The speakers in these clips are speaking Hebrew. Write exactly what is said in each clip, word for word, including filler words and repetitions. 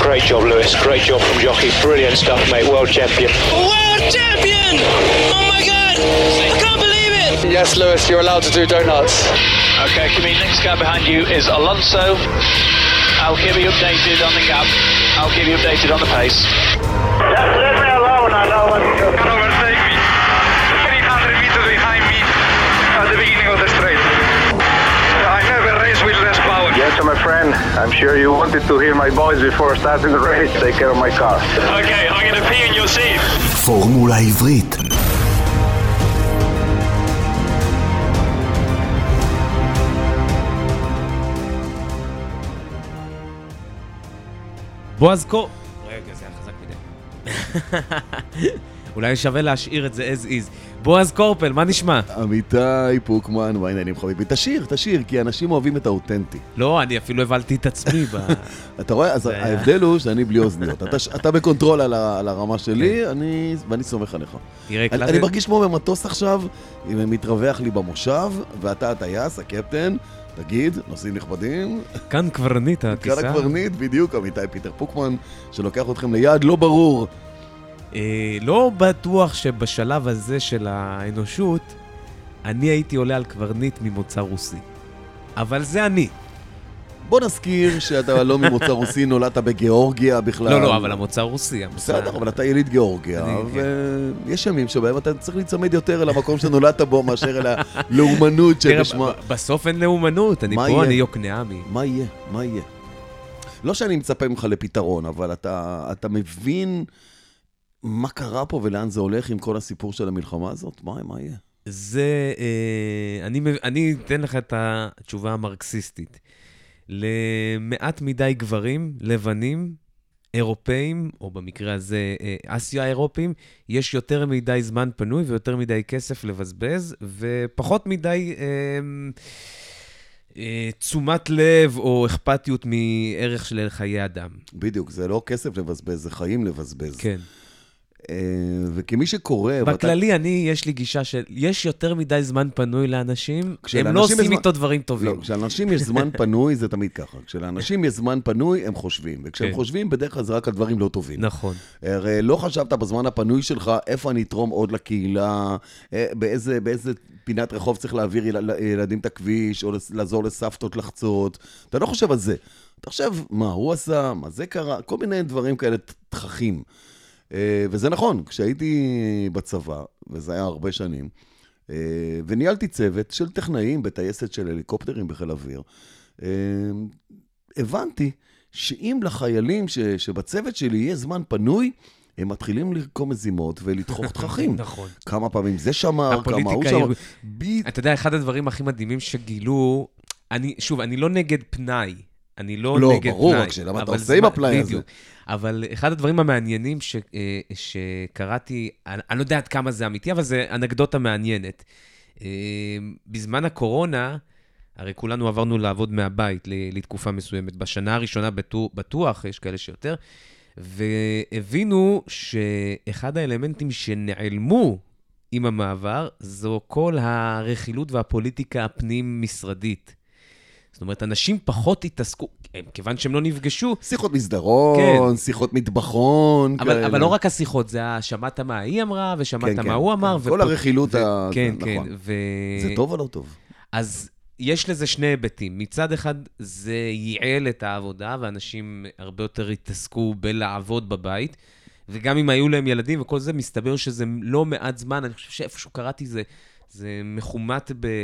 Great job, Lewis. Great job from Jockey. Brilliant stuff, mate. World champion. World champion! Oh my God! I can't believe it! Yes, Lewis, you're allowed to do donuts. Okay, Kimi, next car behind you is Alonso. I'll keep you updated on the gap. I'll keep you updated on the pace. Just let me alone, I know what to do. Can overtake me. three hundred meters behind me at the beginning of the straight. I never race with less power. Yes, my friend. I'm sure you wanted to hear my voice before starting the race. Take care of my car. Okay, I'm gonna pee in your seat. פורמולה עברית. בועז קור... רגע, זה היה חזק מדי. אולי שווה להשאיר את זה as is. בועז קורפל, מה נשמע? אמיתי פוקמן, מה העניינים חביבי? תשאיר, תשאיר, כי אנשים אוהבים את האותנטי. לא, אני אפילו הבלתי את עצמי ב... אתה רואה? אז ההבדל הוא שאני בלי אוזניות. אתה בקונטרול על הרמה שלי, ואני סומך עליך. אני מרגיש כמו במטוס עכשיו, אם מתרווח לי במושב, ואתה הטייס, הקפטן, תגיד, נוסעים נכבדים. כאן קברנית הטיסה. כאן הקברנית, בדיוק, אמיתי פיטר פוקמן, שלוקח אתכם ליד לא ברור. לא בטוח שבשלב הזה של האנושות אני הייתי עולה על קברנית ממוצא רוסי, אבל זה אני. בוא נזכיר שאתה לא ממוצא רוסי, נולדת בגיאורגיה בכלל. לא, לא, אבל המוצא רוסי. בסדר, אבל אתה יליד גיאורגיה, ויש ימים שבהם אתה צריך להצמד יותר אל המקום שנולדת בו מאשר אל הלאומנות שבשמה. בסוף אין לאומנות, אני פה, אני יוקנעמי. מה יהיה? מה יהיה? לא שאני מצפה ממך לפתרון, אבל אתה מבין מה קרה פה ולאן זה הולך עם כל הסיפור של המלחמה הזאת? מה, מה יהיה? זה, אה, אני, אני אתן לך את התשובה המרקסיסטית. למעט מדי גברים, לבנים, אירופאים, או במקרה הזה אסיה אירופאים, יש יותר מדי זמן פנוי ויותר מדי כסף לבזבז, ופחות מדי אה, אה, תשומת לב או אכפתיות מערך של חיי אדם. בדיוק, זה לא כסף לבזבז, זה חיים לבזבז. כן. וכמי שקורא... בכללי, אני, יש לי גישה של, יש יותר מדי זמן פנוי לאנשים, הם לא עושים איתו דברים טובים. לא, כשלאנשים יש זמן פנוי, זה תמיד ככה. כשלאנשים יש זמן פנוי, הם חושבים. וכשהם חושבים, בדרך כלל זה רק על דברים לא טובים. נכון. הרי לא חשבת בזמן הפנוי שלך, איפה אני אתרום עוד לקהילה, באיזה, באיזה פינת רחוב צריך להעביר ילדים את הכביש, או לעזור לסבתות לחצות. אתה לא חושב על זה. אתה חושב, מה הוא עשה, מה זה קרה, כל מיני דברים כאלה תככים. וזה נכון, כשהייתי בצבא, וזה היה הרבה שנים, וניהלתי צוות של טכנאים בטייסת של הליקופטרים בחיל אוויר, הבנתי שאם לחיילים שבצוות שלי יהיה זמן פנוי, הם מתחילים לרקום מזימות ולדחוך תככים. נכון. כמה פעמים זה שמר, כמה הוא שמר. אתה יודע, אחד הדברים הכי מדהימים שגילו, שוב, אני לא נגד פנאי, אני לא, לא נגד ברור, פנאי. לא, ברור, כשלמה אתה עושה עם הפנאי הזה. אבל אחד הדברים המעניינים ש, שקראתי, אני, אני לא יודע עד כמה זה אמיתי, אבל זה אנקדוטה מעניינת. בזמן הקורונה, הרי כולנו עברנו לעבוד מהבית לתקופה מסוימת. בשנה הראשונה בטוח, יש כאלה שיותר, והבינו שאחד האלמנטים שנעלמו עם המעבר, זו כל הרכילות והפוליטיקה הפנים-משרדית. זאת אומרת, אנשים פחות התעסקו, כיוון שהם לא נפגשו. שיחות מסדרון, כן. שיחות מטבחון. אבל, אבל לא רק השיחות, זה שמעת מה היא אמרה, ושמעת כן, מה כן, הוא אמר. כן. כל ופ... הרכילות, ו... ה... כן, נכון. כן. ו... זה טוב או לא טוב? אז יש לזה שני היבטים. מצד אחד, זה ייעל את העבודה, ואנשים הרבה יותר התעסקו בלעבוד בבית, וגם אם היו להם ילדים וכל זה, מסתבר שזה לא מעט זמן. אני חושב שאיפשהו קראתי זה, זה מחומת ב...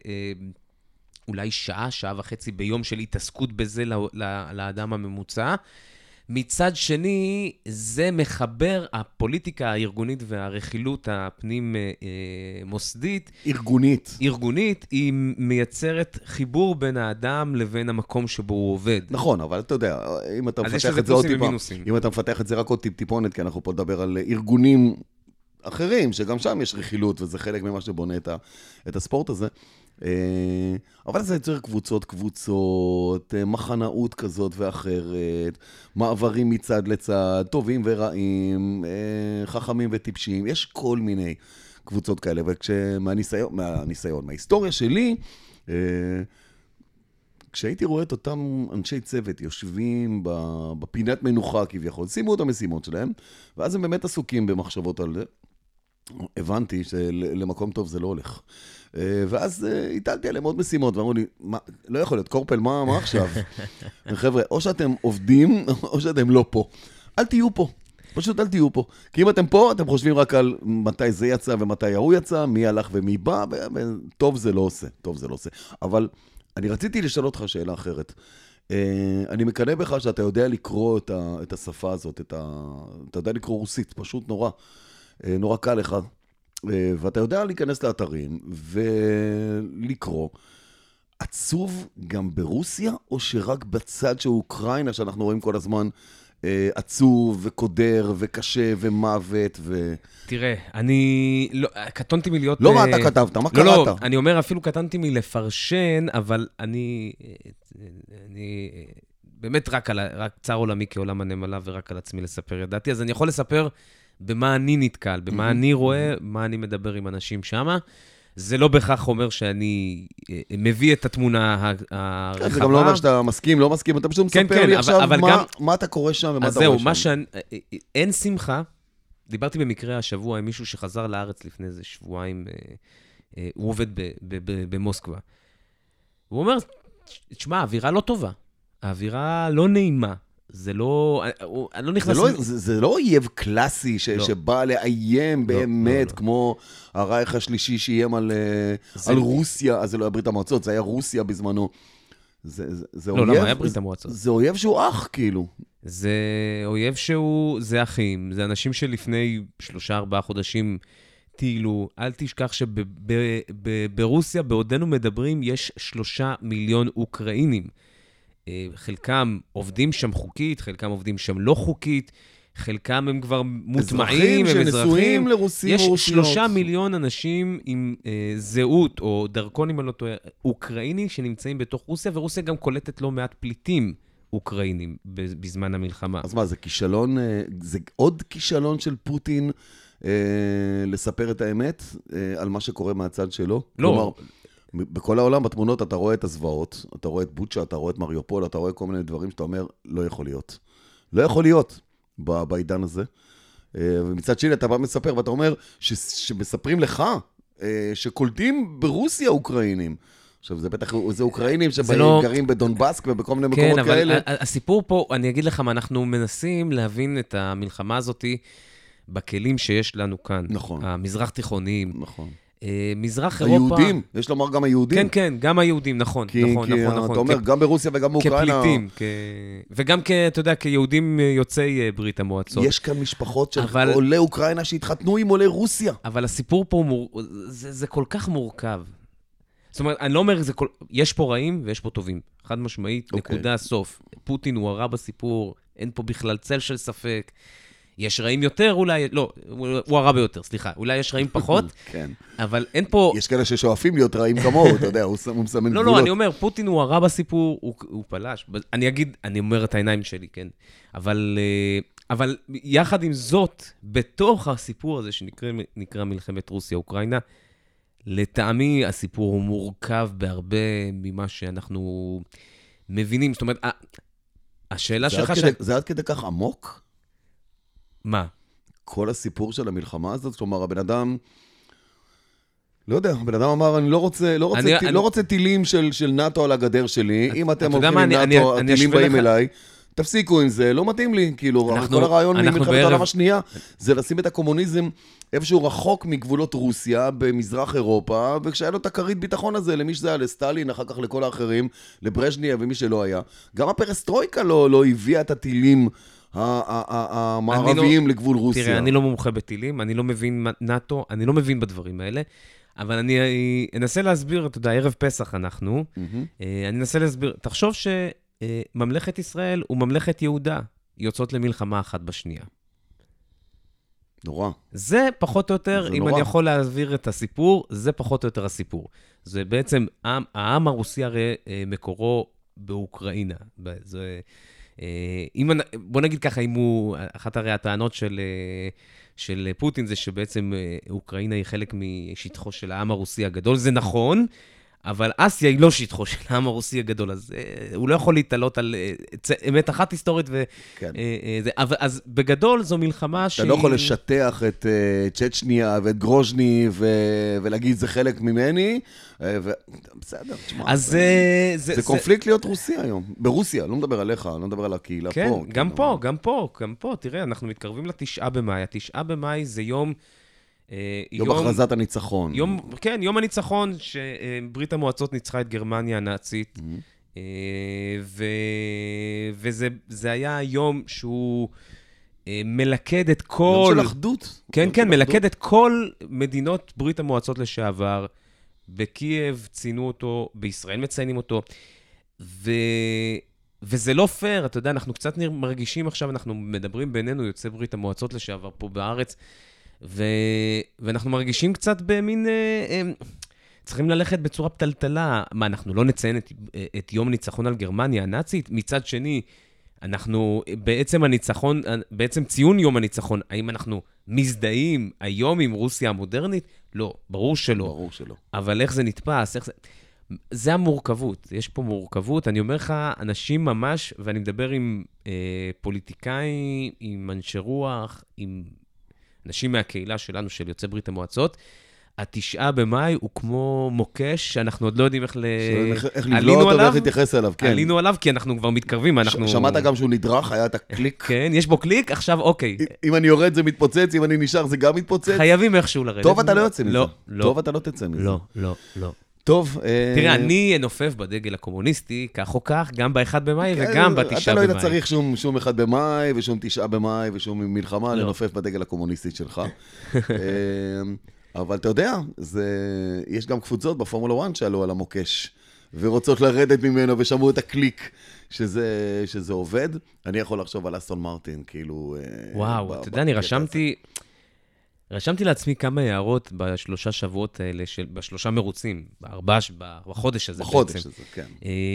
אולי שעה, שעה וחצי ביום של התעסקות בזה לאדם הממוצע. מצד שני, זה מחבר, הפוליטיקה הארגונית והרכילות הפנים מוסדית. ארגונית. ארגונית, היא מייצרת חיבור בין האדם לבין המקום שבו הוא עובד. נכון, אבל אתה יודע, אם אתה מפתח את זה עוד טיפה, אם אתה מפתח את זה רק עוד טיפונת, כי אנחנו פה נדבר על ארגונים אחרים, שגם שם יש רכילות, וזה חלק ממה שבונה את, ה, את הספורט הזה. אבל זה יוצר קבוצות, קבוצות, מחנאות כזאת ואחרת, מעברים מצד לצד, טובים ורעים, חכמים וטיפשים, יש כל מיני קבוצות כאלה, וכשמהניסיון, מהניסיון, מההיסטוריה שלי, כשהייתי רואה את אותם אנשי צוות יושבים בפינת מנוחה כביכול, שימו את המשימות שלהם, ואז הם באמת עסוקים במחשבות על זה, הבנתי שלמקום טוב זה לא הולך. ואז הטלתי עליהם עוד משימות, ואמרו לי, לא יכול להיות, קורפל, מה, מה עכשיו? חבר'ה, או שאתם עובדים, או שאתם לא פה. אל תהיו פה. פשוט אל תהיו פה. כי אם אתם פה, אתם חושבים רק על מתי זה יצא ומתי ההוא יצא, מי הלך ומי בא, טוב זה לא עושה, טוב זה לא עושה. אבל אני רציתי לשאול אותך שאלה אחרת. אני מקנא בך שאתה יודע לקרוא את השפה הזאת, אתה יודע לקרוא רוסית, פשוט נורא. נורא קל לך. ואתה יודע להיכנס לאתרים ולקרוא. עצוב גם ברוסיה, או שרק בצד של אוקראינה, שאנחנו רואים כל הזמן, עצוב וקודר וקשה ומוות ו... תראה, אני... לא, קטונתי מלהיות... לא מה אתה כתבת, מה קראת? לא, לא, אני אומר אפילו קטנתי מלפרשן, אבל אני... אני... באמת רק, על, רק צר עולמי כעולם הנמלה ורק על עצמי לספר ידעתי, אז אני יכול לספר במה אני נתקל, במה אני רואה, מה אני מדבר עם אנשים שמה. זה לא בכך אומר שאני מביא את התמונה הרחבה. זה גם לא אומר שאתה מסכים, לא מסכים, אתה פשוט מספר לי עכשיו מה אתה קורא שם ומה אתה רואה שם. אז זהו, אין שמחה. דיברתי במקרה השבוע עם מישהו שחזר לארץ לפני איזה שבועיים, הוא עובד במוסקבה. הוא אומר, תשמע, האווירה לא טובה, האווירה לא נעימה. זה לא, אני לא נכנס... זה לא אויב קלאסי שבא לאיים באמת, כמו הרייך השלישי שאיים על רוסיה, אז זה לא היה ברית המועצות, זה היה רוסיה בזמנו. לא, למה היה ברית המועצות? זה אויב שהוא אח, כאילו. זה אויב שהוא, זה אחים, זה אנשים שלפני שלושה, ארבעה חודשים טיילו, אל תשכח שברוסיה, בעודנו מדברים, יש שלושה מיליון אוקראינים. חלקם עובדים שם חוקית, חלקם עובדים שם לא חוקית, חלקם הם כבר מוטמעים, הם שנשואים לרוסים יש שלושה מיליון אנשים עם אה, זהות או דרכונים על אותו אוקראיני שנמצאים בתוך רוסיה, ורוסיה גם קולטת לא מעט פליטים אוקראינים בזמן המלחמה. אז מה, זה כישלון, זה עוד כישלון של פוטין אה, לספר את האמת אה, על מה שקורה מהצד שלו? לא. כלומר, בכל העולם, בתמונות, אתה רואה את הזוועות, אתה רואה את בוצ'ה, אתה רואה את מריופול, אתה רואה כל מיני דברים שאתה אומר, לא יכול להיות. לא יכול להיות בעידן הזה. ומצד שני, אתה בא מספר, ואתה אומר שמספרים לך שקולטים ברוסיה אוקראינים. עכשיו, זה בטח, זה אוקראינים שגרים בדונבסק ובכל מיני מקומות כאלה. כן, אבל הסיפור פה, אני אגיד לך מה, אנחנו מנסים להבין את המלחמה הזאת בכלים שיש לנו כאן. נכון. המזרח תיכוניים. נכון. מזרח אירופה... היהודים, יש לומר גם היהודים. כן, כן, גם היהודים, נכון, כי, נכון, כי נכון, נכון. אתה אומר, גם ברוסיה וגם באוקראינה... כפליטים, כ... וגם, כ, אתה יודע, כיהודים יוצאי ברית המועצות. יש כאן משפחות של אבל... עולי אוקראינה שהתחתנו עם עולי רוסיה. אבל הסיפור פה, מור... זה, זה כל כך מורכב. זאת אומרת, אני לא אומר, זה כל... יש פה רעים ויש פה טובים. חד משמעית, okay. נקודה סוף. פוטין הוא הרע בסיפור, אין פה בכלל צל של ספק. יש רעים יותר, אולי, לא, הוא הרע ביותר, סליחה, אולי יש רעים פחות, כן. אבל אין פה... יש כאלה ששואפים להיות רעים כמוהו, אתה יודע, הוא מסמן גבולות. לא, לא, אני אומר, פוטין הוא הרע בסיפור, הוא, הוא פלש. אני אגיד, אני אומר את העיניים שלי, כן? אבל, אבל יחד עם זאת, בתוך הסיפור הזה שנקרא נקרא מלחמת רוסיה-אוקראינה, לטעמי הסיפור הוא מורכב בהרבה ממה שאנחנו מבינים. זאת אומרת, השאלה שלך... כדי, ש... זה עד כדי כך עמוק? מה? כל הסיפור של המלחמה הזאת, כלומר, הבן אדם, לא יודע, הבן אדם אמר, אני לא רוצה, לא רוצה, אני, טיל, אני... לא רוצה טילים של, של נאטו על הגדר שלי, אם אתם הולכים עם נאטו, הטילים באים לך... אליי, תפסיקו עם זה, לא מתאים לי, כאילו, אנחנו, כל הרעיון ממלחמת העולם השנייה, זה לשים את הקומוניזם איפשהו רחוק מגבולות רוסיה, במזרח אירופה, וכשהיה לו את הכרית ביטחון הזה, למי שזה היה, לסטלין, אחר כך לכל האחרים, לברז'ניה ומי שלא היה, גם הפרסטרויקה לא, לא הביאה את הטילים, המערביים לגבול רוסיה. תראה, אני לא מומחה בטילים, אני לא מבין נאטו, אני לא מבין בדברים האלה, אבל אני אנסה להסביר, אתה יודע, ערב פסח אנחנו, אני אנסה להסביר, תחשוב שממלכת ישראל וממלכת יהודה יוצאות למלחמה אחת בשנייה. נורא. זה פחות או יותר, אם אני יכול להסביר את הסיפור, זה פחות או יותר הסיפור. זה בעצם, העם הרוסי הרי מקורו באוקראינה. זה... אם, בוא נגיד ככה, אם הוא, אחת הרי הטענות של, של פוטין זה שבעצם אוקראינה היא חלק משטחו של העם הרוסי הגדול, זה נכון, אבל אסיה היא לא שטחו של העם הרוסי הגדול, אז הוא לא יכול להתעלות על אמת אחת היסטורית, אז בגדול זו מלחמה שהיא... אתה לא יכול לשטח את צ'צ'ניה ואת גרוז'ני ולהגיד זה חלק ממני, בסדר, תשמע, זה קונפליקט להיות רוסי היום, ברוסיה, לא מדבר עליך, לא מדבר על הקהילה פה. כן, גם פה, גם פה, גם פה, תראה, אנחנו מתקרבים לתשעה במאי, התשעה במאי זה יום... יום הכרזת הניצחון. יום, כן, יום הניצחון שברית המועצות ניצחה את גרמניה הנאצית, ו, וזה זה היה יום שהוא מלכד את כל... יום של אחדות. כן, כן, מלכד את כל מדינות ברית המועצות לשעבר. בקייב ציינו אותו, בישראל מציינים אותו, ו... וזה לא פייר, אתה יודע, אנחנו קצת מרגישים עכשיו, אנחנו מדברים בינינו, יוצאי ברית המועצות לשעבר פה בארץ, ו... ואנחנו מרגישים קצת במין... אה, אה, צריכים ללכת בצורה פתלתלה. מה, אנחנו לא נציין את, את יום הניצחון על גרמניה הנאצית? מצד שני, אנחנו בעצם הניצחון, בעצם ציון יום הניצחון, האם אנחנו מזדהים היום עם רוסיה המודרנית? לא, ברור שלא. ברור שלא. אבל איך זה נתפס? איך זה... זה המורכבות, יש פה מורכבות. אני אומר לך, אנשים ממש, ואני מדבר עם אה, פוליטיקאים, עם אנשי רוח, עם אנשים מהקהילה שלנו, של יוצאי ברית המועצות, התשעה במאי הוא כמו מוקש, שאנחנו עוד לא יודעים איך ל... איך לבלוע אותו ואיך להתייחס אליו, כן. עלינו עליו, כי אנחנו כבר מתקרבים, אנחנו... שמעת גם שהוא נדרך, היה את הקליק. כן, יש בו קליק, עכשיו אוקיי. אם אני יורד זה מתפוצץ, אם אני נשאר זה גם מתפוצץ. חייבים איכשהו לרדת. טוב, אתה לא יוצא מזה. לא, לא. טוב, אתה לא תצא מזה. לא, לא, לא. טוב. תראה, אני אנופף בדגל הקומוניסטי, כך או כך, גם ב-אחד במאי וגם בתשעה במאי. אתה לא היית צריך שום אחד במאי ושום תשעה במאי ושום מלחמה לנופף בדגל הקומוניסטי שלך. אבל אתה יודע, יש גם קבוצות בפורמולה אחת שעלו על המוקש, ורוצות לרדת ממנו ושמעו את הקליק שזה עובד. אני יכול לחשוב על אסטון מרטין, כאילו... וואו, אתה יודע, אני רשמתי... רשמתי לעצמי כמה הערות בשלושה שבועות האלה, של, בשלושה מרוצים, בארבע, בחודש הזה בחודש בעצם. הזה, כן.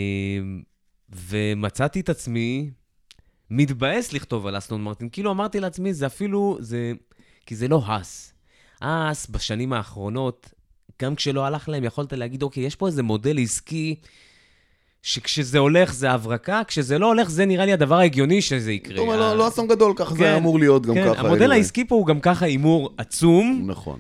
ומצאתי את עצמי מתבאס לכתוב על אסטון מרטין. כאילו אמרתי לעצמי, זה אפילו, זה, כי זה לא האס. האס בשנים האחרונות, גם כשלא הלך להם, יכולת להגיד, אוקיי, יש פה איזה מודל עסקי, שכשזה הולך זה הברקה, כשזה לא הולך זה נראה לי הדבר ההגיוני שזה יקרה. זאת אומרת, לא, לא אסון גדול, ככה זה אמור להיות גם ככה. המודל העסקי פה הוא גם ככה אימור עצום. נכון.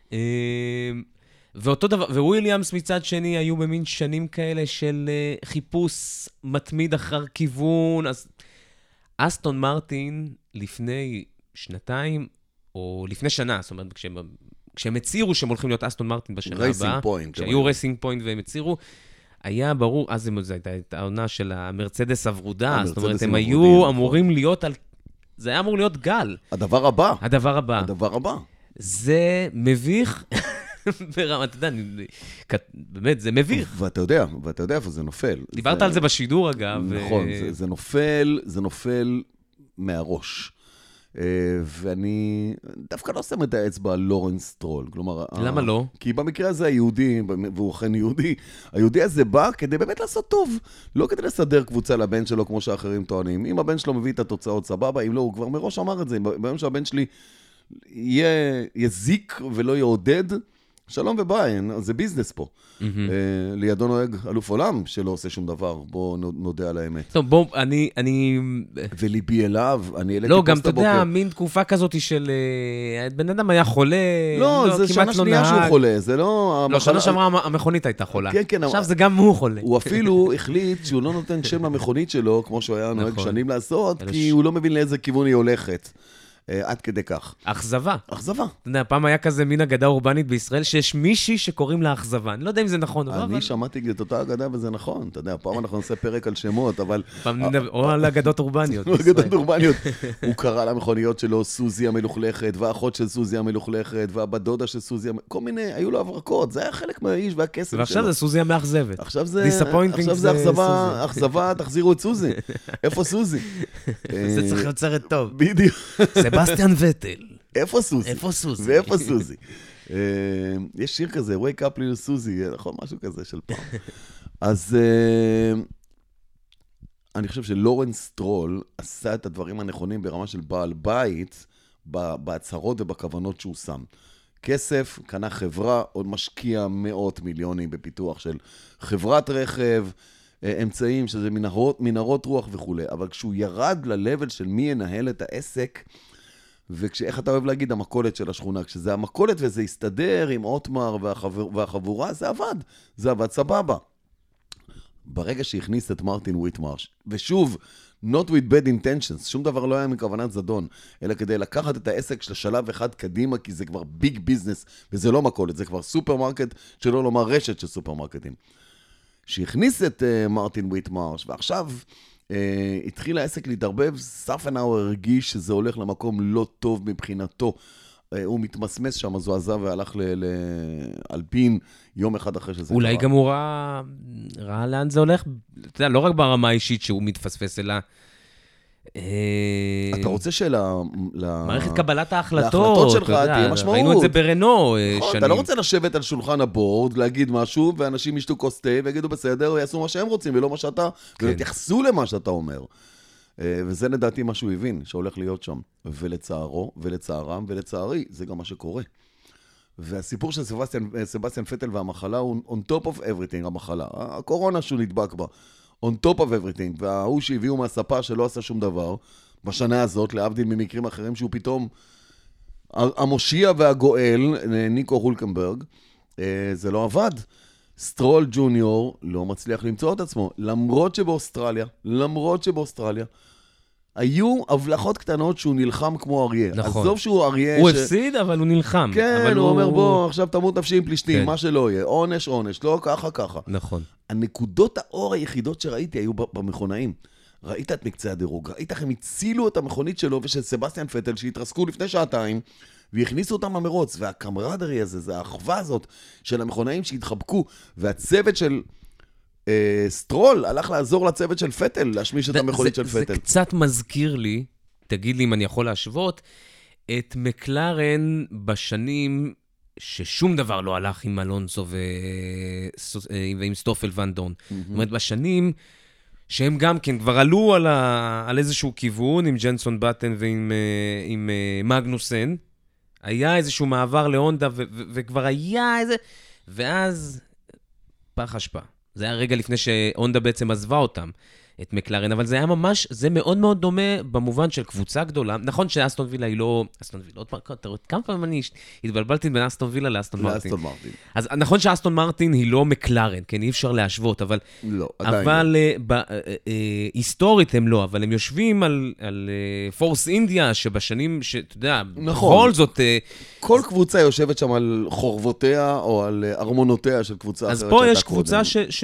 ואותו דבר, וויליאמס מצד שני היו במין שנים כאלה של חיפוש מתמיד אחר כיוון. אז אסטון מרטין לפני שנתיים, או לפני שנה, זאת אומרת, כשהם, כשהם הצירו שהם הולכים להיות אסטון מרטין בשנה הבאה, רייסינג פוינט. כשהיו רייסינג פוינט והם הצירו, היה ברור, אז זו הייתה העונה של המרצדס הוורודה, זאת אומרת, הם היו אמורים להיות על... זה היה אמור להיות גל. הדבר הבא. הדבר הבא. הדבר הבא. זה מביך, ברמת, אתה יודע, באמת, זה מביך. ואתה יודע, ואתה יודע איפה זה נופל. דיברת על זה בשידור, אגב. נכון, זה נופל, זה נופל מהראש. ואני דווקא לא שם את האצבע על לורנס סטרול. כלומר... למה לא? כי במקרה הזה היהודי, והוא אכן יהודי, היהודי הזה בא כדי באמת לעשות טוב. לא כדי לסדר קבוצה לבן שלו כמו שאחרים טוענים. אם הבן שלו מביא את התוצאות סבבה, אם לא, הוא כבר מראש אמר את זה. ביום שהבן שלי יהיה יזיק ולא יעודד, שלום וביי, זה ביזנס פה. לידו נוהג אלוף עולם שלא עושה שום דבר, בואו נודה על האמת. טוב, בואו, אני... אני... וליבי אליו, אני העליתי לא, פוסט הבוקר. גם אתה יודע, מין תקופה כזאת של... בן אדם היה חולה, לא, זה שנה שנייה שהוא חולה, זה לא... לא, שנה שעברה המכונית הייתה חולה. כן, כן. עכשיו זה גם הוא חולה. הוא אפילו החליט שהוא לא נותן שם למכונית שלו, כמו שהוא היה נוהג שנים לעשות, כי הוא לא מבין לאיזה כיוון היא הולכת. עד כדי כך. אכזבה. אכזבה. אתה יודע, פעם היה כזה מין אגדה אורבנית בישראל, שיש מישהי שקוראים לה אכזבה. אני לא יודע אם זה נכון. אני שמעתי את אותה אגדה וזה נכון. אתה יודע, פעם אנחנו נעשה פרק על שמות, אבל... או על אגדות אורבניות. אגדות אורבניות. הוא קרא למכוניות שלו סוזי המלוכלכת, והאחות של סוזי המלוכלכת, והבת דודה של סוזי המלוכלכת. כל מיני, היו לו הברקות. זה היה חלק מהאיש והכסף שלו. ועכשיו זה סוזי המאכזבת. עכשיו זה אכזבה, תחזירו את סוזי. איפה סוזי? זה צריך להיות סרט טוב. בדיוק. סבסטיאן וטל. איפה סוזי? איפה סוזי? ואיפה סוזי? יש שיר כזה, Wake up little סוזי, נכון? משהו כזה של פעם. אז אני חושב שלורנס סטרול עשה את הדברים הנכונים ברמה של בעל בית, בהצהרות ובכוונות שהוא שם. כסף, קנה חברה, עוד משקיע מאות מיליונים בפיתוח של חברת רכב, אמצעים, שזה מנהרות, מנהרות רוח וכו'. אבל כשהוא ירד ללבל של מי ינהל את העסק, ואיך אתה אוהב להגיד, המקולת של השכונה, כשזה המקולת וזה הסתדר עם אוטמר והחבר, והחבורה, זה עבד, זה עבד סבבה. ברגע שהכניס את מרטין וויטמרש, ושוב, not with bad intentions, שום דבר לא היה מכוונת זדון, אלא כדי לקחת את העסק של שלב אחד קדימה, כי זה כבר ביג ביזנס, וזה לא מקולת, זה כבר סופרמרקט, שלא לומר רשת של סופרמרקטים. שהכניס את uh, מרטין וויטמרש, ועכשיו uh, התחיל העסק להתערבב, סאפנאואר הרגיש שזה הולך למקום לא טוב מבחינתו, uh, הוא מתמסמס שם, אז הוא עזב והלך לאלפין יום אחד אחרי שזה אולי קרה. גם הוא ראה, ראה לאן זה הולך, אתה יודע, לא רק ברמה האישית שהוא מתפספס, אלא... אתה רוצה של... מערכת קבלת ההחלטות, להחלטות שלך תהיה משמעות. ראינו את זה ברנו שנים. אתה לא רוצה לשבת על שולחן הבורד, להגיד משהו, ואנשים ישתו כוס תה ויגידו בסדר, ויעשו מה שהם רוצים, ולא מה שאתה, ויתייחסו למה שאתה אומר. וזה לדעתי מה שהוא הבין, שהולך להיות שם. ולצערו, ולצערם, ולצערי, זה גם מה שקורה. והסיפור של סבסטיאן פטל והמחלה הוא on top of everything, המחלה. הקורונה שהוא נדבק בה. on top of everything, והוא שהביאו מהספה שלא עשה שום דבר, בשנה הזאת, להבדיל ממקרים אחרים, שהוא פתאום, המושיע והגואל, ניקו הולקנברג, זה לא עבד. סטרול ג'וניור לא מצליח למצוא את עצמו, למרות שבאוסטרליה, למרות שבאוסטרליה, היו הבלחות קטנות שהוא נלחם כמו אריה. נכון. עזוב שהוא אריה... הוא ש... הפסיד, אבל הוא נלחם. כן, אבל הוא הוא אומר, בוא, עכשיו תמות נפשי עם פלישתים, כן. מה שלא יהיה. עונש, עונש, לא ככה, ככה. נכון. הנקודות האור היחידות שראיתי היו במכונאים. ראית את מקצה הדירוג, ראית איך הם הצילו את המכונית שלו ושל סבסטיאן פטל שהתרסקו לפני שעתיים, והכניסו אותם למרוץ, והקמרדרי הזה, זה האחווה הזאת של המכונאים שהתחבקו, והצוות של אה, סטרול הלך לעזור לצוות של פטל, להשמיש את המכונית זה, של זה פטל. זה קצת מזכיר לי, תגיד לי אם אני יכול להשוות, את מקלרן בשנים ששום דבר לא הלך עם אלונסו ו... ועם סטופל ון דון. Mm-hmm. זאת אומרת, בשנים שהם גם כן כבר עלו על, ה... על איזשהו כיוון, עם ג'נסון בטן ועם עם, עם מגנוסן, היה איזשהו מעבר להונדה, ו... ו... וכבר היה איזה... ואז פח אשפה. זה היה רגע לפני שהונדה בעצם עזבה אותם. את מקלרן, אבל זה היה ממש, זה מאוד מאוד דומה במובן של קבוצה גדולה. נכון שאסטון וילה היא לא, אסטון וילה, עוד פעם, כמה פעמים אני התבלבלתי בין אסטון וילה לאסטון מרטין. לאסטון מרטין. אז נכון שאסטון מרטין היא לא מקלרן, כן, אי אפשר להשוות, אבל... לא, עדיין אבל היסטורית הם לא, אבל הם יושבים על פורס אינדיה, שבשנים, שאתה יודע, בכל זאת... כל קבוצה יושבת שם על חורבותיה, או על ארמונותיה של קבוצה אחרת. אז פה יש קבוצה ש...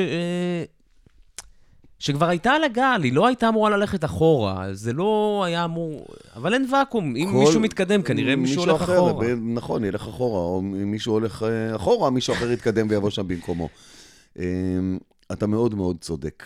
שכבר הייתה על הגל, היא לא הייתה אמורה ללכת אחורה, זה לא היה אמור... אבל אין ואקום, אם מישהו מתקדם, כנראה מישהו הולך אחר, אחורה. נכון, ילך אחורה, או אם מישהו הולך אחורה, מישהו אחר יתקדם ויבוא שם במקומו. אתה מאוד מאוד צודק.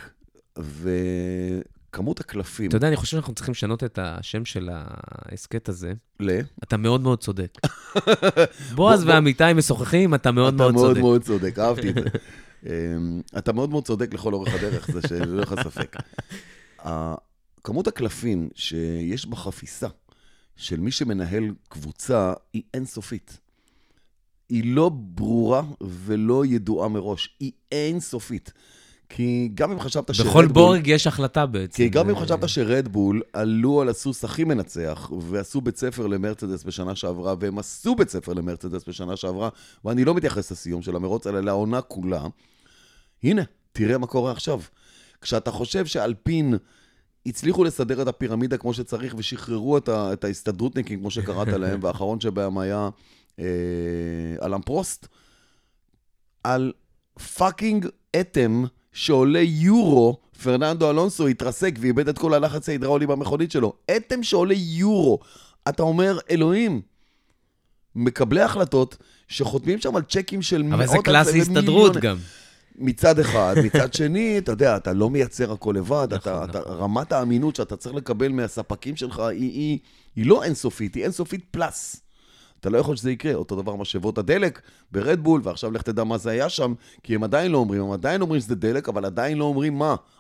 וכמות הקלפים... אתה יודע, אני חושב שאנחנו צריכים לשנות את השם של העסקת הזה. ל? אתה מאוד מאוד צודק. בועז ועמיתי משוחחים, אתה מאוד מאוד צודק. אתה מאוד מאוד צודק, אהבתי את זה. אתה מאוד מאוד צודק לכל אורך הדרך, זה שלא לך ספק. כמות הקלפים שיש בחפיסה של מי שמנהל קבוצה היא אינסופית. היא לא ברורה ולא ידועה מראש, היא אינסופית. כי גם אם חשבת שרדבול... בכל בורג יש החלטה בעצם. כי גם אם חשבת שרדבול עלו על הסוס הכי מנצח, ועשו בית ספר למרצדס בשנה שעברה, והם עשו בית ספר למרצדס בשנה שעברה, ואני לא מתייחס לסיום של המרוץ, אלא לעונה כולה, הנה, תראה מה קורה עכשיו. כשאתה חושב שאלפין הצליחו לסדר את הפירמידה כמו שצריך, ושחררו את, ה, את ההסתדרותניקים כמו שקראת להם, והאחרון שבהם היה אה, אלם פרוסט, על פאקינג אתם שעולה יורו, פרננדו אלונסו התרסק ואיבד את כל הלחץ ההידראולי במכונית שלו. אתם שעולה יורו. אתה אומר, אלוהים, מקבלי החלטות שחותמים שם על צ'קים של מאות... אבל זה קלאסי הסתדרות גם. מצד אחד, מצד שני, אתה יודע, אתה לא מייצר הכל לבד, נכון, אתה, נכון. אתה, רמת האמינות שאתה צריך לקבל מהספקים שלך היא, היא, היא לא אינסופית, היא אינסופית פלס. אתה לא יכול שזה יקרה, אותו דבר משאבות הדלק ברדבול, ועכשיו לך תדע מה זה היה שם, כי הם עדיין לא אומרים, הם עדיין אומרים שזה דלק, אבל עדיין לא אומרים מה.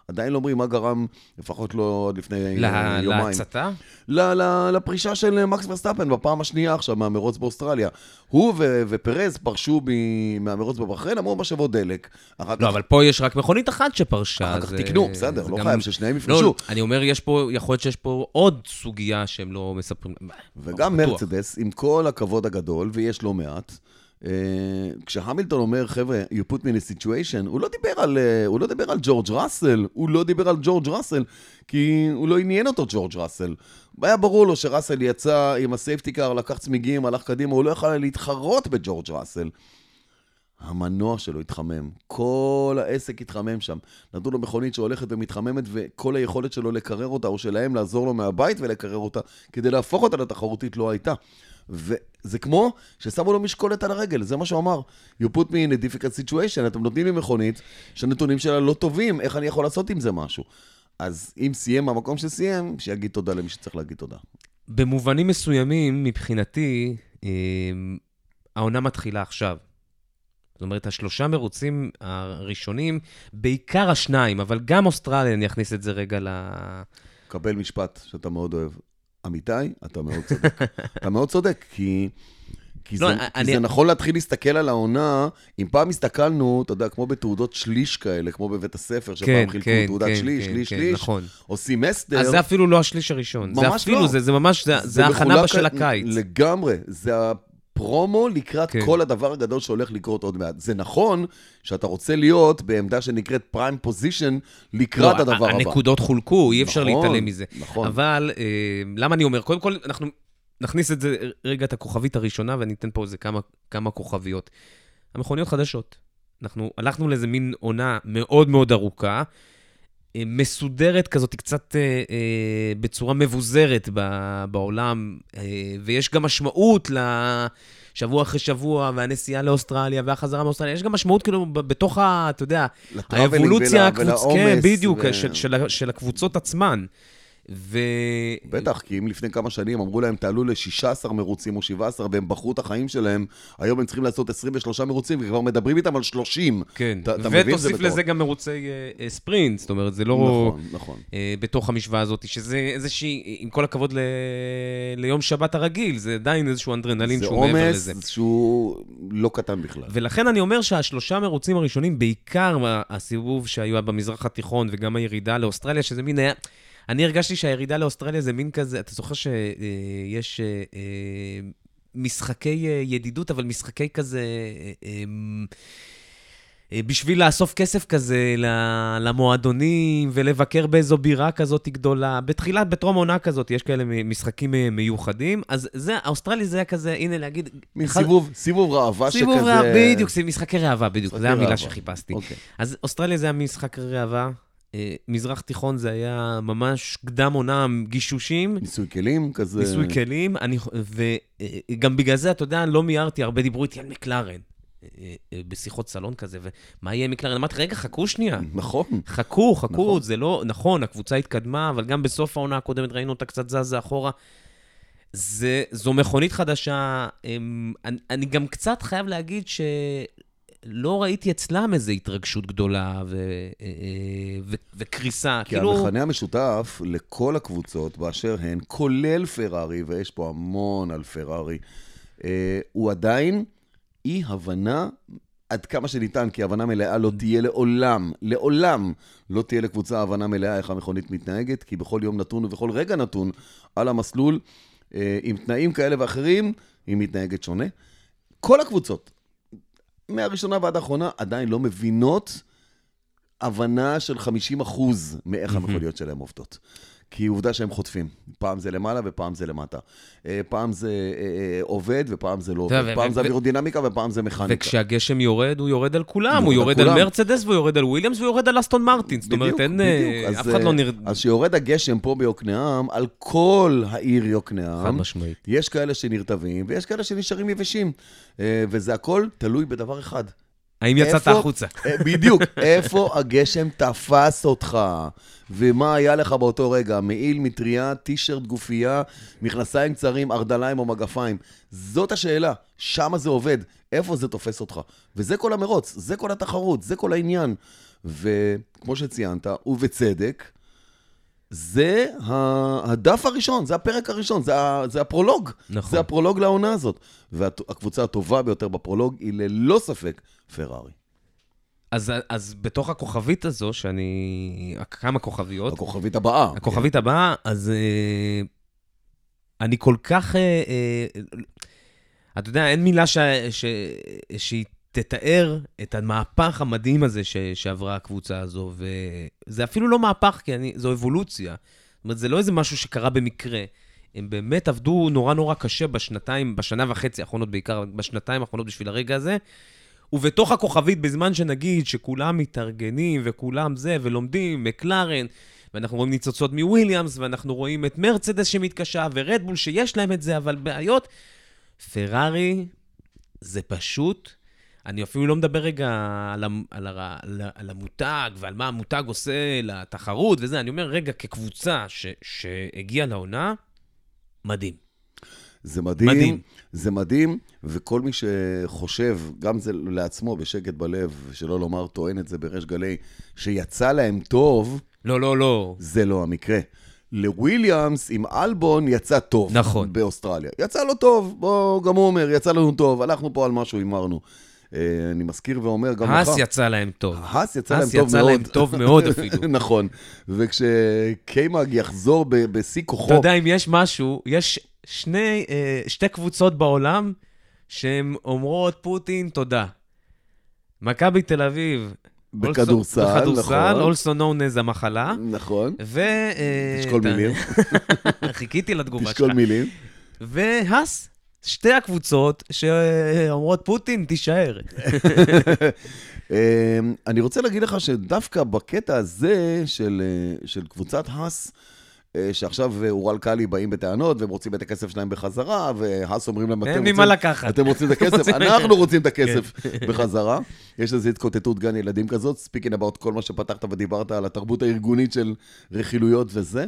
עדיין לא אומרים מה גרם, לפחות לא עוד לפני יומיים. להצתה? לפרישה של מקס ורסטאפן, בפעם השנייה עכשיו מהמרוץ באוסטרליה. הוא ופרז פרשו מהמרוץ בבחריין, אמרו משאבות דלק. לא, אבל פה יש רק מכונית אחת שפרשה. אחר כך תקנו, בסדר, לא חייב ששניהם יפרשו. לא, אני אומר, יכול להיות שיש פה עוד סוגיה שהם לא מספרים. וגם מרצדס, עם כל הכבוד הגדול, ויש לא מעט, כשהמילטון אומר, חבר'ה, you put me in a situation, הוא לא דיבר על, הוא לא דיבר על ג'ורג' ראסל, הוא לא דיבר על ג'ורג' ראסל, כי הוא לא עניין אותו ג'ורג' ראסל. היה ברור לו שראסל יצא עם הסייפטיקר, לקח צמיגים, הלך קדימה, הוא לא יכול להתחרות בג'ורג' ראסל. המנוע שלו התחמם, כל העסק התחמם שם. נתנו לו מכונית שהולכת ומתחממת, וכל היכולת שלו לקרר אותה, או שלהם לעזור לו מהבית ולקרר אותה, כדי להפוך אותה לתחרותית לא הייתה. וזה כמו ששמו לו משקולת על הרגל, זה מה שהוא אמר. You put me in a difficult situation, אתם נותנים לי מכונית שהנתונים שלה לא טובים, איך אני יכול לעשות עם זה משהו? אז אם סיים מהמקום שסיים, שיגיד תודה למי שצריך להגיד תודה. במובנים מסוימים, מבחינתי, העונה מתחילה עכשיו. זאת אומרת, השלושה מרוצים הראשונים, בעיקר השניים, אבל גם אוסטרליה, אני אכניס את זה רגע ל... קבל משפט שאתה מאוד אוהב. אמיתי, אתה מאוד צודק. אתה מאוד צודק, כי, כי, לא, זה, אני... כי זה נכון להתחיל להסתכל על העונה, אם פעם הסתכלנו, אתה יודע, כמו בתעודות שליש כאלה, כמו בבית הספר, שפעם כן, חילקו כן, תעודת כן, שליש, כן, שליש, כן, שליש, נכון. או סמסטר. אז זה אפילו לא השליש הראשון. זה אפילו, לא. זה, זה ממש, זה, זה, זה ההכנה בשל הקיץ. לגמרי, זה הפרומו לקראת כן. כל הדבר הגדול שהולך לקרות עוד מעט. זה נכון שאתה רוצה להיות בעמדה שנקראת פריים פוזישן לקראת לא, הדבר הבא. הנקודות חולקו, אי אפשר נכון, להתעלם מזה. נכון. אבל אה, למה אני אומר? קודם כל, אנחנו נכניס את זה רגע את הכוכבית הראשונה, ואני אתן פה איזה כמה, כמה כוכביות. המכוניות חדשות. אנחנו הלכנו לאיזה מין עונה מאוד מאוד ארוכה, אה, מסודרת כזאת, קצת אה, אה, בצורה מבוזרת ב, בעולם, אה, ויש גם משמעות ל... שבוע אחרי שבוע, והנסיעה לאוסטרליה, והחזרה מאוסטרליה, יש גם משמעות כאילו בתוך ה, אתה יודע, האבולוציה, כן, בדיוק, ו... של, של, של הקבוצות עצמן. ו... בטח, כי אם לפני כמה שנים אמרו להם, תעלו ל-שישה עשר מרוצים או שבעה עשר, והם בחרו את החיים שלהם, היום הם צריכים לעשות עשרים ושלושה מרוצים, וכבר מדברים איתם על שלושים. כן, ת, ותוסיף לזה גם מרוצי uh, ספרינט, זאת אומרת, זה לא... נכון, נכון. Uh, בתוך המשוואה הזאת, שזה איזושהי, עם כל הכבוד ל... ליום שבת הרגיל, זה עדיין איזשהו אנדרנלין שהוא מעבר לזה. זה עומס שהוא לא קטן בכלל. ולכן אני אומר שהשלושה מרוצים הראשונים, בעיקר הסיבוב שהיו במזרח התיכון, וגם הירידה לאוסטרליה, שזה מין היה... אני הרגשתי שהירידה לאוסטרליה זה מין כזה, אתה זוכר שיש משחקי ידידות, אבל משחקי כזה, בשביל לאסוף כסף כזה למועדונים, ולבקר באיזו בירה כזאת גדולה, בתחילת, בטרום עונה כזאת, יש כאלה משחקים מיוחדים, אז זה, האוסטרלי זה היה כזה, הנה להגיד... מסיבוב, סיבוב ראווה שכזה... סיבוב ראווה, בדיוק, משחקי ראווה, בדיוק, זה המילה שחיפשתי. אז אוסטרליה זה היה משחק ראווה, מזרח תיכון זה היה ממש קדם עונה, גישושים. ניסוי כלים כזה. ניסוי כלים, אני, וגם בגלל זה, אתה יודע, לא מיירתי, הרבה דיברו איתי על מקלרן, בשיחות סלון כזה, ומה יהיה מקלרן? אמרתי, רגע, חכו שנייה. נכון. חכו, חכו, נכון. זה לא, נכון, הקבוצה התקדמה, אבל גם בסוף העונה הקודמת ראינו אותה קצת זזה אחורה. זה, זו מכונית חדשה, אני, אני גם קצת חייב להגיד ש... לא ראיתי אצלם איזו התרגשות גדולה ו... ו... וקריסה. כי כאילו... המכנה המשותף לכל הקבוצות באשר הן, כולל פרארי, ויש פה המון על פרארי, הוא עדיין אי הבנה עד כמה שניתן, כי הבנה מלאה לא תהיה לעולם, לעולם לא תהיה לקבוצה הבנה מלאה איך המכונית מתנהגת, כי בכל יום נתון ובכל רגע נתון על המסלול, עם תנאים כאלה ואחרים, היא מתנהגת שונה. כל הקבוצות, מהראשונה ועד האחרונה, עדיין לא מבינות הבנה של חמישים אחוז מאיך המכוניות שלהם עובדות. כי עובדה שהם חוטפים. פעם זה למעלה ופעם זה למטה. פעם זה עובד ופעם זה לא עובד. פעם זה אווירודינמיקה ופעם זה מכניקה. וכשהגשם יורד, הוא יורד על כולם. הוא יורד על מרצדס והוא יורד על וויליאמס והוא יורד על אסטון מרטין. זאת אומרת, אף אחד לא נרד... אז שיורד הגשם פה ביוקנעם, על כל העיר יוקנעם, חד משמעית. יש כאלה שנרטבים ויש כאלה שנשארים יבשים. וזה הכל תלוי בדבר אחד. האם יצאת החוצה? בדיוק, איפה הגשם תפס אותך, ומה היה לך באותו רגע, מעיל, מטריה, טישרט, גופייה, מכנסיים קצרים, ארדליים או מגפיים. זאת השאלה, שמה זה עובד, איפה זה תופס אותך. וזה כל המרוץ, זה כל התחרות, זה כל העניין. וכמו שציינת, ובצדק, זה הדף הראשון, זה הפרק הראשון, זה, זה הפרולוג. נכון. זה הפרולוג לעונה הזאת. והקבוצה הטובה ביותר בפרולוג היא ללא ספק פרארי. אז, אז בתוך הכוכבית הזו, שאני... כמה כוכביות... הכוכבית הבאה. הכוכבית כן. הבאה, אז אה, אני כל כך... אה, אה, אתה יודע, אין מילה ש, ש, שהיא תתאר את המהפך המדהים הזה ש, שעברה הקבוצה הזו, וזה אפילו לא מהפך, כי אני, זו אבולוציה. זאת אומרת, זה לא איזה משהו שקרה במקרה. הם באמת עבדו נורא נורא קשה בשנתיים, בשנה וחצי האחרונות בעיקר, בשנתיים האחרונות בשביל הרגע הזה, ובתוך הכוכבית, בזמן שנגיד שכולם מתארגנים וכולם זה, ולומדים, מקלרן, ואנחנו רואים ניצוצות מוויליאמס, ואנחנו רואים את מרצדס שמתקשה, ורדבול שיש להם את זה, אבל בעיות. פרארי זה פשוט, אני אפילו לא מדבר רגע על, על, על, על המותג, ועל מה המותג עושה לתחרות וזה, אני אומר רגע כקבוצה ש, שהגיעה לעונה, מדהים. זה מדהים, מדהים, זה מדהים, וכל מי שחושב, גם זה לעצמו בשקט בלב, שלא לומר טוען את זה בריש גלי, שיצא להם טוב, לא, לא, לא. זה לא המקרה. לוויליאמס עם אלבון יצא טוב. נכון. באוסטרליה. יצא לו טוב, בוא, גם הוא אומר, יצא לנו טוב, הלכנו פה על משהו, אמרנו. אני מזכיר ואומר גם לך. האס יצא להם טוב. האס יצא להם טוב מאוד. האס יצא להם טוב מאוד אפילו. נכון. וכשקיימאג יחזור בשיא כוחו... אתה יודע, אם יש משהו, יש שני, שתי קבוצות בעולם שהן אומרות פוטין תודה. מכבי תל אביב... בכדורסל, נכון. also known as המחלה. נכון. ו... תשקול מילים. חיכיתי לתגובה שלך. תשקול מילים. והס, שתי הקבוצות שאומרות פוטין, תישאר. אני רוצה להגיד לך שדווקא בקטע הזה של, של קבוצת הס, שעכשיו אורל קלי באים בטענות, והם רוצים את הכסף שלהם בחזרה, והס אומרים להם, אין ממה לקחת. אתם רוצים את הכסף? אנחנו רוצים את הכסף בחזרה. יש לזה התקוטטות גן ילדים כזאת, speaking about כל מה שפתחת ודיברת על התרבות הארגונית של רכילויות וזה.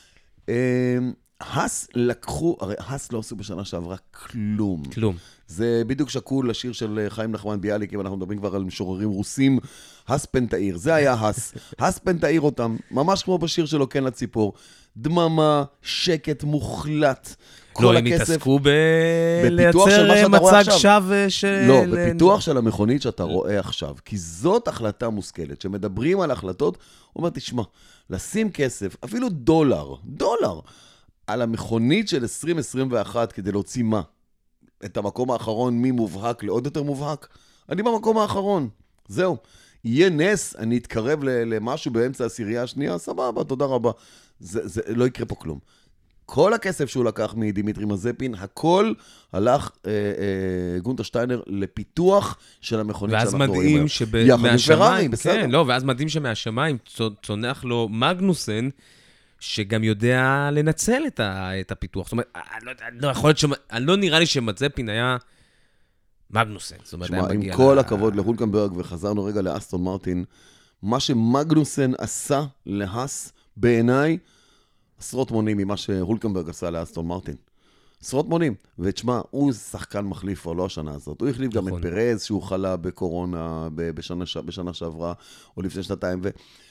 הס לקחו, הרי הס לא עשו בשנה שעברה כלום. כלום. זה בדיוק שקול לשיר של חיים נחמן ביאליק, אם אנחנו מדברים כבר על משוררים רוסים, הס פנטאיר, זה היה הס. הס פנטאיר אותם, ממש כמו בשיר שלו, כן לציפור. דממה, שקט מוחלט. לא, הם התעסקו ב... לייצר מצג שווא של... לא, בפיתוח של המכונית שאתה רואה עכשיו. כי זאת החלטה מושכלת. שמדברים על החלטות, הוא אומר, תשמע, לשים כסף, אפילו דולר, דולר, על המכונית של עשרים עשרים ואחת כדי להוציא מה? את המקום האחרון ממובהק לעוד יותר מובהק? אני במקום האחרון. זהו. יהיה נס, אני אתקרב למשהו באמצע הסירייה השנייה, סבבה, תודה רבה. זה, זה, לא יקרה פה כלום. כל הכסף שהוא לקח מדימיטרי מזפין, הכל הלך אה, אה, גונטר שטיינר לפיתוח של המכונית שאנחנו רואים. ואז מדהים שמהשמיים, כן, לא, ואז מדהים שמהשמיים צונח לו מגנוסן, שגם יודע לנצל את, ה, את הפיתוח. זאת אומרת, אני לא, אני לא, יכול להיות שמה, אני לא נראה לי שמזפין היה מגנוסן. זאת אומרת, שמה, עם כל לה... הכבוד להולקנברג, וחזרנו רגע לאסטון מרטין, מה שמגנוסן עשה להס, בעיניי, עשרות מונים ממה שהולקנברג עשה לאסטון מרטין. עשרות מונים. ותשמע, הוא שחקן מחליף, או לא השנה הזאת. הוא החליף גם את פרז, שהוא חלה בקורונה בשנה, בשנה שעברה, או לפני שנתיים,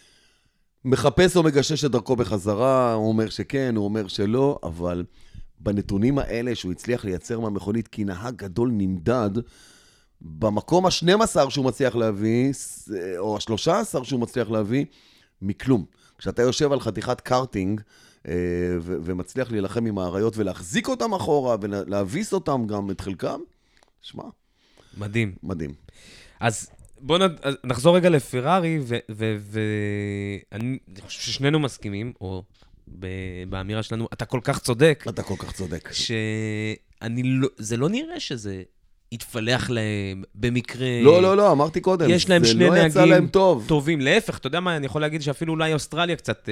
ומחפש או מגשש את דרכו בחזרה, הוא אומר שכן, הוא אומר שלא, אבל בנתונים האלה שהוא הצליח לייצר מהמכונית, כי נהג גדול נמדד, במקום ה-שנים עשר שהוא מצליח להביא, או ה-שלושה עשר שהוא מצליח להביא, מכלום. כשאתה יושב על חתיכת קארטינג, ו- ומצליח להילחם עם העריות ולהחזיק אותם אחורה ולהביס אותם גם את חלקם, שמע. מדהים. מדהים. אז בואו נחזור רגע לפרארי, ואני חושב ששנינו מסכימים, או באמירה שלנו, אתה כל כך צודק. אתה כל כך צודק. שזה לא נראה שזה יתפלח להם במקרה... לא, לא, לא, אמרתי קודם. יש להם שני לא נהגים טוב. טובים. להפך, אתה יודע מה, אני יכול להגיד שאפילו אולי אוסטרליה קצת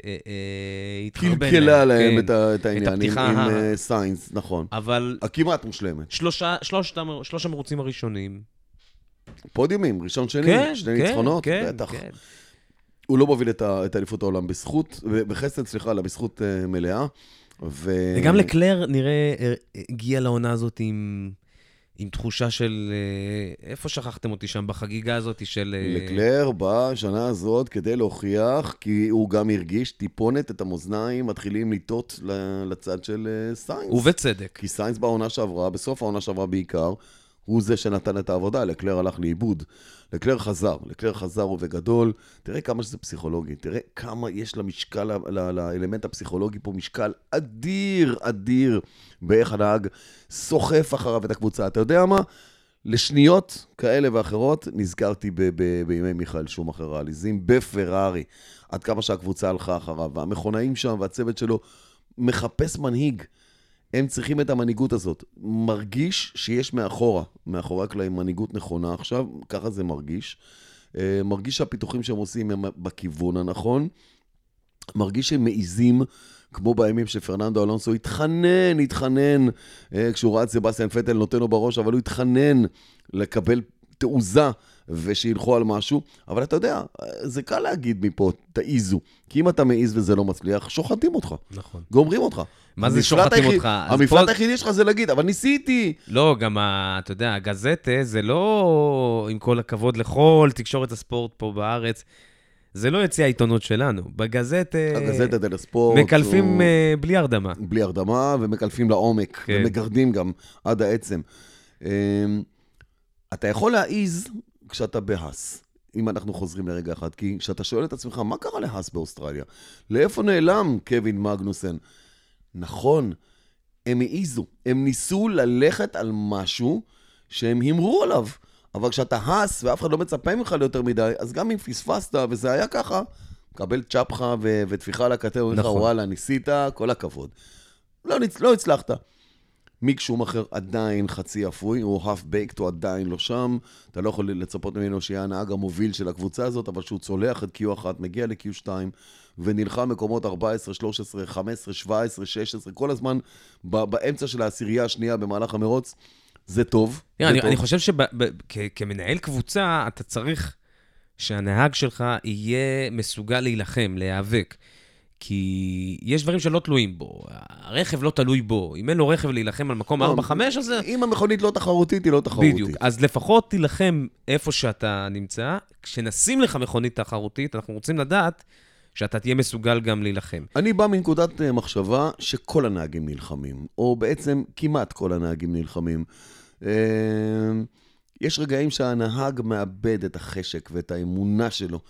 התחרבן. קלקלה להם את העניין עם סיינס, נכון. אבל... הכמעט מושלמת. שלוש המרוצים הראשונים. פודיומים, ראשון שני, שני ניצחונות, בטח. הוא לא מוביל את האליפות העולם בזכות, בחסד, סליחה, אלא בזכות מלאה. וגם לקלר נראה, הגיע לעונה הזאת עם... עם תחושה של, איפה שכחתם אותי שם בחגיגה הזאת של... לקלר בשנה הזאת כדי להוכיח, כי הוא גם הרגיש טיפונת את המאזניים, מתחילים לטעות לצד של סיינס. ובצדק. כי סיינס בעונה שעברה, בסוף העונה שעברה בעיקר, הוא זה שנתן את העבודה, לקלר הלך לאיבוד. לקלר חזר, לקלר חזר ובגדול. תראה כמה שזה פסיכולוגי, תראה כמה יש למשקל, לאלמנט הפסיכולוגי פה משקל אדיר, אדיר, באיך הנהג סוחף אחריו את הקבוצה. אתה יודע מה? לשניות כאלה ואחרות נזכרתי ב- ב- בימי מיכאל שומאכר העליזים בפרארי, עד כמה שהקבוצה הלכה אחריו, והמכונאים שם והצוות שלו מחפש מנהיג. הם צריכים את המנהיגות הזאת. מרגיש שיש מאחורה, מאחורי הקלעים מנהיגות נכונה עכשיו, ככה זה מרגיש. מרגיש שהפיתוחים שהם עושים הם בכיוון הנכון. מרגיש שהם מעיזים, כמו בימים שפרננדו אלונסו התחנן, התחנן, כשהוא ראה את סבסטיאן פטל נותן לו בראש, אבל הוא התחנן לקבל תעוזה ושילכו על משהו. אבל אתה יודע, זה קל להגיד מפה, תעיזו. כי אם אתה מעיז וזה לא מצליח, שוחטים אותך. נכון. גומרים אותך. מה זה שוחטים אותך? המפלט פה... היחידי שלך זה להגיד, אבל ניסיתי. לא, גם, ה, אתה יודע, הגזטה זה לא, עם כל הכבוד לכל תקשורת הספורט פה בארץ, זה לא יציא העיתונות שלנו. בגזטה... הגזטה דל הספורט... מקלפים או... בלי הרדמה. בלי הרדמה, ומקלפים לעומק, כן. ומגרדים גם עד העצם. אתה יכול להעיז כשאתה בהס. אם אנחנו חוזרים לרגע אחד, כי כשאתה שואל את עצמך, מה קרה להס באוסטרליה? לאיפה נעלם קווין מגנוסן? נכון, הם העיזו, הם ניסו ללכת על משהו שהם המרו עליו, אבל כשאתה הס ואף אחד לא מצפה ממך ליותר מדי, אז גם אם פספסת וזה היה ככה, קבל צ'פחה ו- ותפיחה על הכתב, נכון. וואלה, ניסית, כל הכבוד. לא, נצ- לא הצלחת. מיק שומאכר עדיין חצי אפוי, הוא half baked, הוא עדיין לא שם, אתה לא יכול לצפות ממנו שיהיה הנהג המוביל של הקבוצה הזאת, אבל שהוא צולח את קיו אחת, מגיע ל-קיו שתיים, ונלחם מקומות ארבע עשרה, שלוש עשרה, חמש עשרה, שבע עשרה, שש עשרה, כל הזמן באמצע של העשירייה השנייה במהלך המרוץ, זה טוב. זה אני, טוב. אני חושב שכמנהל קבוצה, אתה צריך שהנהג שלך יהיה מסוגל להילחם, להיאבק. כי יש דברים שלא תלויים בו, הרכב לא תלוי בו, אם אין לו רכב להילחם על מקום ארבע חמש, אז... אם המכונית לא תחרותית, היא לא תחרותית. בדיוק, אז לפחות תילחם איפה שאתה נמצא, כשנשים לך מכונית תחרותית, אנחנו רוצים לדעת שאתה תהיה מסוגל גם להילחם. אני בא מנקודת מחשבה שכל הנהגים נלחמים, או בעצם כמעט כל הנהגים נלחמים. יש רגעים שהנהג מאבד את החשק ואת האמונה שלו,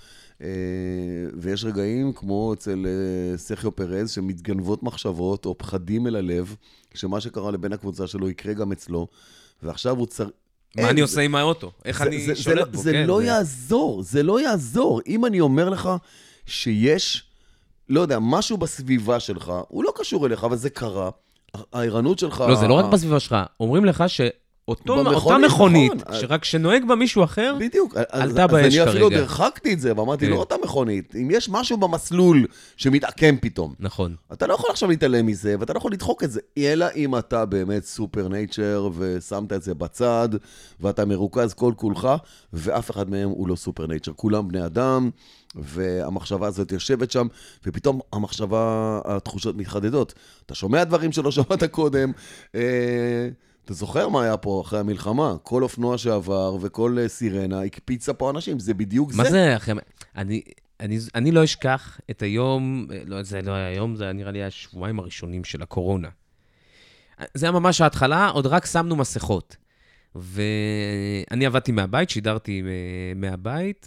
ויש רגעים כמו אצל סרחיו פרז שמתגנבות מחשבות או פחדים אל הלב, שמה שקרה לבן הקבוצה שלו יקרה גם אצלו, ועכשיו הוא צריך... מה אני עושה עם האוטו? איך אני שולט בו? זה לא יעזור, זה לא יעזור. אם אני אומר לך שיש, לא יודע, משהו בסביבה שלך, הוא לא קשור אליך, אבל זה קרה, הערנות שלך... לא, זה לא רק בסביבה שלך, אומרים לך ש... אותה מכונית, שרק שנוהג בה מישהו אחר, בדיוק, עלתה באש כרגע. אז אני אפילו עוד הרחקתי את זה, ואמרתי, לא אותה מכונית, אם יש משהו במסלול שמתעקם פתאום, נכון. אתה לא יכול עכשיו להתעלם מזה, ואתה לא יכול לדחוק את זה, אלא אם אתה באמת סופר נייצ'ר, ושמת את זה בצד, ואתה מרוכז כל כולך, ואף אחד מהם הוא לא סופר נייצ'ר, כולם בני אדם, והמחשבה הזאת יושבת שם, ופתאום המחשבה, התחושות מתחדדות. אתה שומע דברים שלא שמעת קודם, אה... אתה זוכר מה היה פה אחרי המלחמה? כל אופנוע שעבר וכל סירנה הקפיצה פה אנשים, זה בדיוק זה. מה זה אחרי... אני, אני, אני לא אשכח את היום, לא, זה לא היה היום, זה נראה לי השבועיים הראשונים של הקורונה. זה היה ממש ההתחלה, עוד רק שמנו מסכות. ואני עבדתי מהבית, שידרתי מהבית,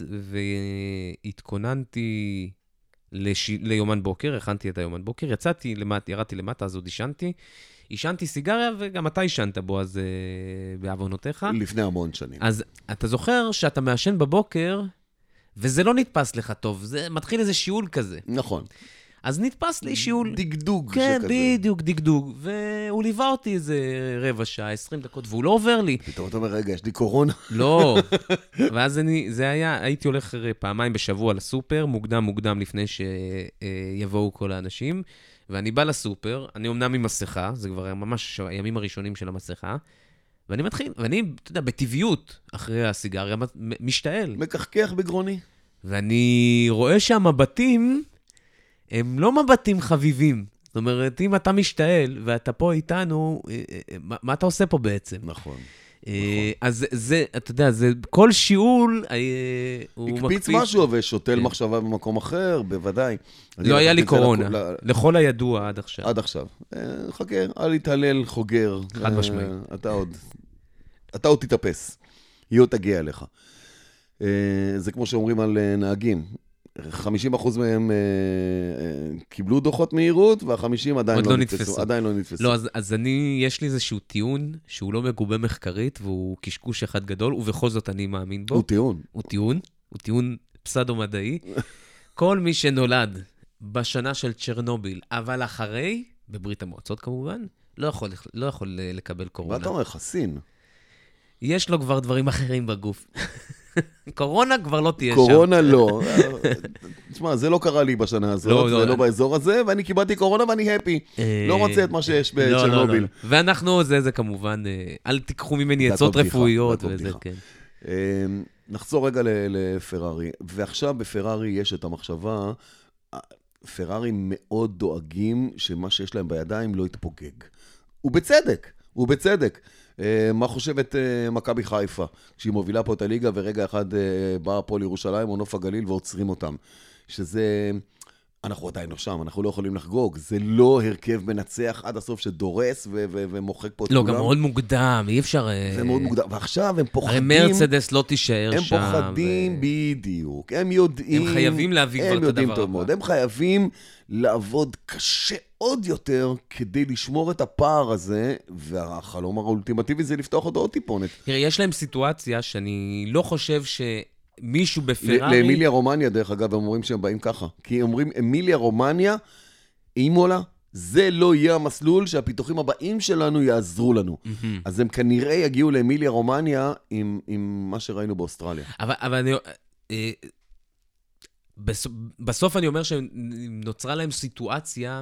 והתכוננתי לש... ליומן בוקר, הכנתי את היומן בוקר, יצאתי למטה, ירדתי למטה, אז עוד ישנתי, ישנתי סיגריה, וגם אתה ישנת בו, אז uh, בעוונותיך. לפני המון שנים. אז אתה זוכר שאתה מעשן בבוקר, וזה לא נתפס לך טוב, זה מתחיל איזה שיעול כזה. נכון. אז נתפס לי שיעול... דגדוג כן, שכזה. כן, בדיוק, דגדוג. והוא ליווה אותי איזה רבע שעה, עשרים דקות, והוא לא עובר לי. פתאום אתה אומר, רגע, יש לי קורונה. לא. ואז אני, זה היה, הייתי הולך פעמיים בשבוע לסופר, מוקדם מוקדם לפני שיבואו כל האנשים, ואני בא לסופר, אני אומנם עם מסכה, זה כבר ממש הימים הראשונים של המסכה, ואני מתחיל, ואני, אתה יודע, בטבעיות, אחרי הסיגריה, משתעל. מקחקח בגרוני. ואני רואה שהמבטים, הם לא מבטים חביבים. זאת אומרת, אם אתה משתעל, ואתה פה איתנו, מה, מה אתה עושה פה בעצם? נכון. אז זה, אתה יודע, זה כל שיעול הוא מקפיץ. הקפיץ משהו ושותל מחשבה במקום אחר, בוודאי. לא היה לי קורונה, לכל הידוע עד עכשיו. עד עכשיו. חכה, אל להתעלל חוגר. חד משמעי. אתה עוד, אתה עוד תתאפס. היא עוד תגיע אליך. זה כמו שאומרים על נהגים. חמישים אחוז מהם קיבלו דוחות מהירות, והחמישים עדיין לא נתפסו. עדיין לא נתפסו. לא, אז אני, יש לי איזשהו טיעון, שהוא לא מגובה מחקרית, והוא קשקוש אחד גדול, ובכל זאת אני מאמין בו. הוא טיעון. הוא טיעון, הוא טיעון פסדו-מדעי. כל מי שנולד בשנה של צ'רנוביל, אבל אחרי, בברית המועצות כמובן, לא יכול, לא יכול לקבל קורונה. ואתה אומר, חסין. יש לו כבר דברים אחרים בגוף. קורונה כבר לא תהיה שם. קורונה לא. תשמע, זה לא קרה לי בשנה הזאת, זה לא באזור הזה, ואני קיבלתי קורונה ואני הפי. לא רוצה את מה שיש בצ'רנוביל. ואנחנו, זה כמובן, אל תיקחו ממני עצות רפואיות וזה, כן. נחזור רגע לפרארי, ועכשיו בפרארי יש את המחשבה, פרארי מאוד דואגים שמה שיש להם בידיים לא יתפוגג. ובצדק, ובצדק. מה חושבת מכבי חיפה, כשהיא מובילה פה את הליגה, ורגע אחד באה פה לירושלים או נוף הגליל ועוצרים אותם. שזה, אנחנו עדיין לא שם, אנחנו לא יכולים לחגוג. זה לא הרכב מנצח עד הסוף שדורס ו- ו- ומוחק פה את לא, כולם. גם מאוד מוקדם, אי אפשר... זה מאוד מוקדם, ועכשיו הם פוחדים... הרי מרצדס לא תישאר הם שם. הם פוחדים ו... בדיוק, הם יודעים... הם חייבים להביא כבר את הדבר הבא. מאוד. הם חייבים לעבוד קשה עוד יותר כדי לשמור את הפער הזה, והחלום האולטימטיבי זה לפתוח אותו עוד טיפונת. תראה, יש להם סיטואציה שאני לא חושב ש... מישהו בפרארי... לאמיליה רומניה, דרך אגב, הם אומרים שהם באים ככה. כי אומרים, אמיליה רומניה, אימולה, זה לא יהיה המסלול שהפיתוחים הבאים שלנו יעזרו לנו. אז הם כנראה יגיעו לאמיליה רומניה עם, עם מה שראינו באוסטרליה. אבל, אבל אני... אה, בסוף, בסוף אני אומר שנוצרה להם סיטואציה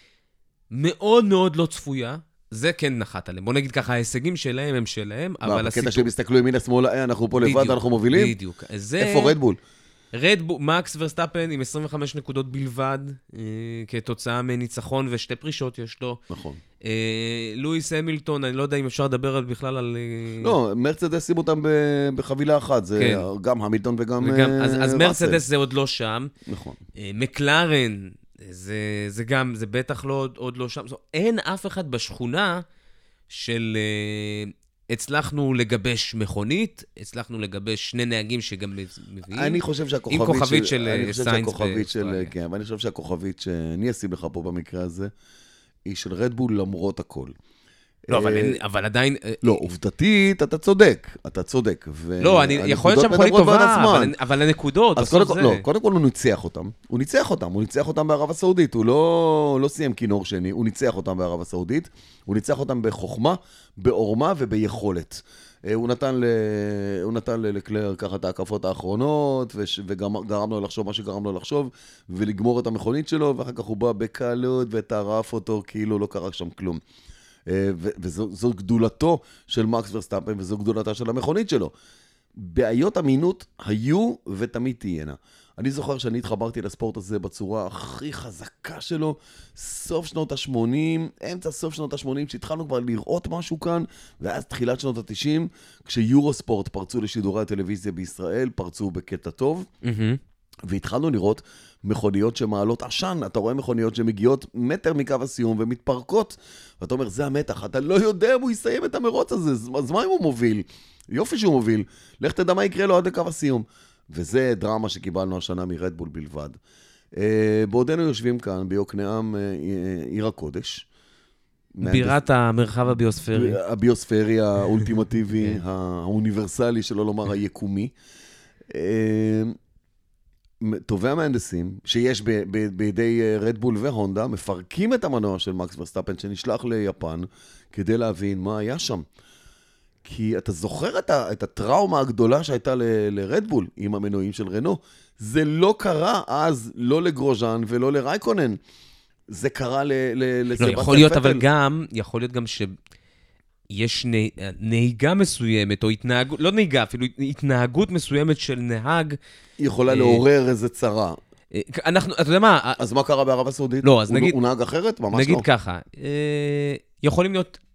מאוד מאוד לא צפויה, זה כן נחת עליהם. בוא נגיד ככה, ההישגים שלהם הם שלהם, אבל... בקטע שהם הסתכלו ימין השמאלה, אנחנו פה לבד, אנחנו מובילים? בדיוק. איפה רדבול? רדבול, מקס ורסטאפן עם עשרים וחמש נקודות בלבד, כתוצאה מניצחון ושתי פרישות יש לו. נכון. לואיס המילטון, אני לא יודע אם אפשר לדבר בכלל על... לא, מרצדס שים אותם בחבילה אחת, זה גם המילטון וגם... אז מרצדס זה עוד לא שם. נכון. מקלרן... זה, זה גם, זה בטח לא, עוד לא שם. אין אף אחד בשכונה של הצלחנו לגבש מכונית, הצלחנו לגבש שני נהגים שגם מביאים. אני חושב שהכוכבית עם כוכבית של, של אני חושב סיינס שהכוכבית של, כן, ואני חושב שהכוכבית שאני אשים לך פה במקרה הזה, היא של רדבול למרות הכל. לא, אבל, אבל עדיין... לא, עובדתית, אתה צודק, אתה צודק. לא, אני יכול להיות שהמכונית טובה, אבל, אבל הנקודות, אז קודם כל, לא, קודם כל הוא ניצח אותם. הוא ניצח אותם, הוא ניצח אותם בערב הסעודית. הוא לא, לא סיים כינור שני, הוא ניצח אותם בערב הסעודית. הוא ניצח אותם בחוכמה, בעורמה וביכולת. הוא נתן, ל... הוא נתן לקלר ככה את ההקפות האחרונות, וגרם לו לחשוב מה שגרם לו לחשוב, ולגמור את המכונית שלו, ואחר כך הוא בא בקלות וטרף אותו, כאילו לא קרה שם כלום. וזו גדולתו של מקס ורסטאפן, וזו גדולתה של המכונית שלו. בעיות אמינות היו ותמיד תהיינה. אני זוכר שאני התחברתי לספורט הזה בצורה הכי חזקה שלו, סוף שנות ה-שמונים, אמצע סוף שנות ה-שמונים, שהתחלנו כבר לראות משהו כאן, ואז תחילת שנות ה-תשעים, כשיורוספורט פרצו לשידורי הטלוויזיה בישראל, פרצו בקטע טוב, והתחלנו לראות מכוניות שמעלות עשן, אתה רואה מכוניות שמגיעות מטר מקו הסיום ומתפרקות, ואתה אומר, זה המתח, אתה לא יודע אם הוא יסיים את המרוץ הזה, אז מה אם הוא מוביל? יופי שהוא מוביל, לך תדע מה יקרה לו עד לקו הסיום. וזה דרמה שקיבלנו השנה מרדבול בלבד. בעודנו יושבים כאן ביוקנעם, עיר הקודש. בירת המרחב הביוספרי. הביוספרי האולטימטיבי, האוניברסלי, שלא לומר היקומי. טובי המהנדסים, שיש ב- ב- בידי רדבול והונדה, מפרקים את המנוע של מקס ורסטאפן שנשלח ליפן, כדי להבין מה היה שם. כי אתה זוכר את, ה- את הטראומה הגדולה שהייתה ל- לרדבול עם המנועים של רנו. זה לא קרה אז, לא לגרוז'אן ולא לרייקונן. זה קרה ל- ל- לסבסטיאן לא, יכול להיות, פטל. אבל גם, יכול להיות גם ש... יש נהיגה מסוימת, או התנהגות, לא נהיגה, אפילו התנהגות מסוימת של נהג. יכולה לעורר איזה צרה. אנחנו, אתה יודע מה? אז מה קרה בערב הסעודית? לא, אז נגיד... הוא נהג אחרת? ממש לא. נגיד ככה, יכולים להיות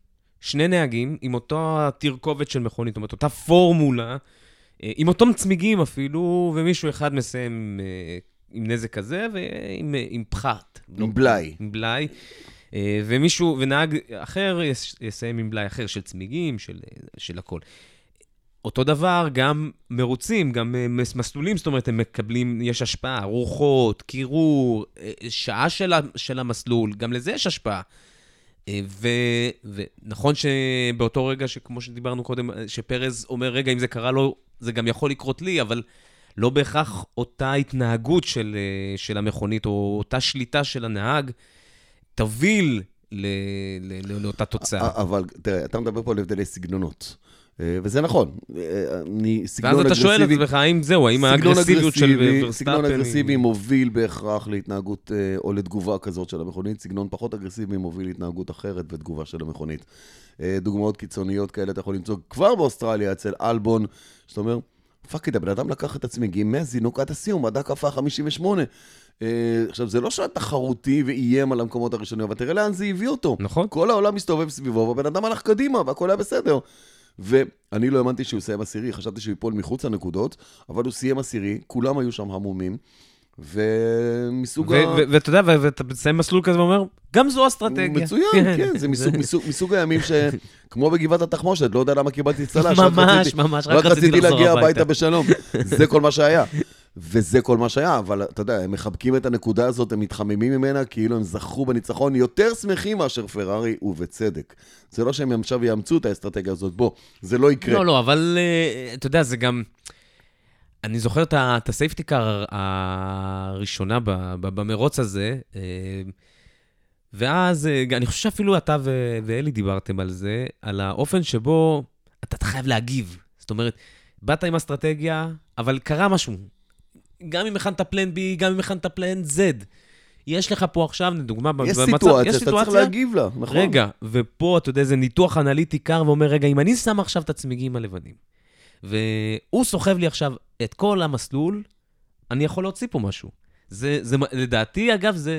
שני נהגים עם אותו תרכובת של מכונית, זאת אומרת, אותה פורמולה, עם אותם צמיגים אפילו, ומישהו אחד מסיים עם נזק כזה, ועם עם פחת. עם בלאי. עם בלאי. ומישהו, ונהג אחר יסיים עם בלאי אחר של צמיגים, של, של הכל. אותו דבר, גם מרוצים, גם מסלולים, זאת אומרת, הם מקבלים, יש השפעה, רוחות, קירור, שעה של, של המסלול, גם לזה יש השפעה. ו, ונכון שבאותו רגע, שכמו שדיברנו קודם, שפרז אומר, רגע, אם זה קרה לו, זה גם יכול לקרות לי, אבל לא בהכרח אותה התנהגות של, של המכונית, או אותה שליטה של הנהג, תוביל ל, ל, לאותה תוצאה. אבל תראה, אתה מדבר פה על הבדלי סגנונות. וזה נכון. ואז אתה שואל את עצמך, האם זהו, האם האגרסיביות של ורסטאפן... סגנון אגרסיבי מוביל בהכרח להתנהגות או לתגובה כזאת של המכונית, סגנון פחות אגרסיבי מוביל להתנהגות אחרת ותגובה של המכונית. דוגמאות קיצוניות כאלה אתה יכול למצוא כבר באוסטרליה אצל אלבון, שאתה אומר, פאק את הבן אדם לקח את עצמי מהזינוק עד הסיום, עד הקפה חמישים ושמונה. עכשיו, זה לא שהיה תחרותי ואיים על המקומות הראשונים, אבל תראה לאן זה הביא אותו. נכון. כל העולם מסתובב סביבו, והבן אדם הלך קדימה, והכל היה בסדר. ואני לא האמנתי שהוא סיים עשירי, חשבתי שהוא ייפול מחוץ לנקודות, אבל הוא סיים עשירי, כולם היו שם המומים, ומסוג ה... ואתה יודע, ואתה מסיים מסלול כזה ואומר, גם זו אסטרטגיה. מצוין, כן, זה מסוג הימים שכמו בגבעת התחמושת, לא יודע למה קיבלתי צל"ש, ממש, ממש, רק רציתי להגיע הביתה בשלום, זה כל מה שהיה. וזה כל מה שהיה, אבל אתה יודע, הם מחבקים את הנקודה הזאת, הם מתחממים ממנה, כאילו הם זכו בניצחון יותר שמחים מאשר פרארי, ובצדק. זה לא שהם עכשיו יאמצו את האסטרטגיה הזאת, בוא, זה לא יקרה. לא, לא, אבל אתה יודע, זה גם... אני זוכר את הסייפטיקר הראשונה במרוץ הזה, ואז אני חושב שאפילו אתה ואלי דיברתם על זה, על האופן שבו אתה חייב להגיב. זאת אומרת, באת עם אסטרטגיה, אבל קרה משהו. גם אם הכנת פלן B, גם אם הכנת פלן Z. יש לך פה עכשיו, לדוגמה, יש סיטואציה, אתה צריך להגיב לה, נכון. רגע, ופה, אתה יודע, זה ניתוח אנליטי קר, ואומר, רגע, אם אני שם עכשיו את הצמיגים הלבנים, והוא סוחב לי עכשיו את כל המסלול, אני יכול להוציא פה משהו. זה, זה, לדעתי, אגב, זה...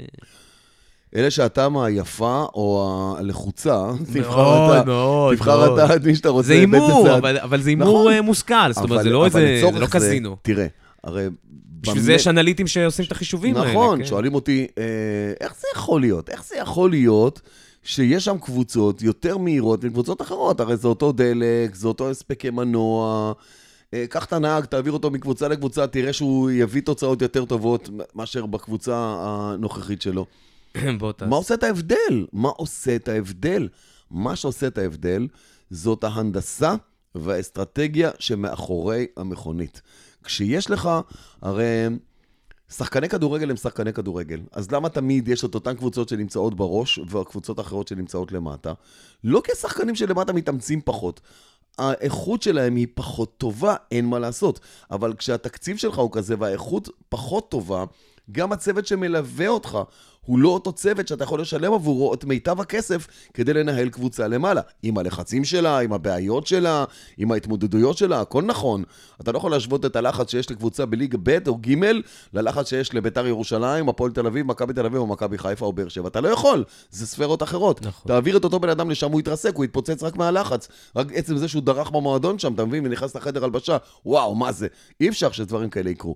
אלה שהטעם היפה או הלחוצה, מאוד, מאוד. תבחר אתה את מי שאתה רוצה. זה אימור, אבל, אבל זה אימור מושכל, זאת אומרת, זה לא איזה, זה לא קזינו. תראה, הרי... בשביל זה יש אנליטים שעושים את החישובים האלה. נכון, שואלים אותי, איך זה יכול להיות? איך זה יכול להיות שיש שם קבוצות יותר מהירות מקבוצות אחרות? הרי זה אותו דלק, זה אותו הספקי מנוע, קח את הנהג, תעביר אותו מקבוצה לקבוצה, תראה שהוא יביא תוצאות יותר טובות מאשר בקבוצה הנוכחית שלו. מה עושה את ההבדל? מה עושה את ההבדל? מה שעושה את ההבדל זאת ההנדסה והאסטרטגיה שמאחורי המכונית. כשיש לך, הרי שחקני כדורגל הם שחקני כדורגל, אז למה תמיד יש את אותן קבוצות שנמצאות בראש והקבוצות האחרות שנמצאות למטה? לא כשחקנים שלמטה מתאמצים פחות. האיכות שלהם היא פחות טובה, אין מה לעשות. אבל כשהתקציב שלך הוא כזה והאיכות פחות טובה, גם הצוות שמלווה אותך הוא לא אותו צוות שאתה יכול לשלם עבורו את מיטב הכסף כדי לנהל קבוצה למעלה. עם הלחצים שלה, עם הבעיות שלה, עם ההתמודדויות שלה, הכל נכון. אתה לא יכול להשוות את הלחץ שיש לקבוצה בליגה ב' או ג' ללחץ שיש לביתר ירושלים, הפועל תל אביב, מכבי תל אביב או מכבי חיפה או באר שבע. אתה לא יכול, זה ספרות אחרות. נכון. תעביר את אותו בן אדם לשם, הוא יתרסק, הוא יתפוצץ רק מהלחץ. רק עצם זה שהוא דרך במועדון שם, אתה מבין, ונכנס לחדר הלבשה. וואו, מה זה? אי אפשר שדברים כאלה יקרו.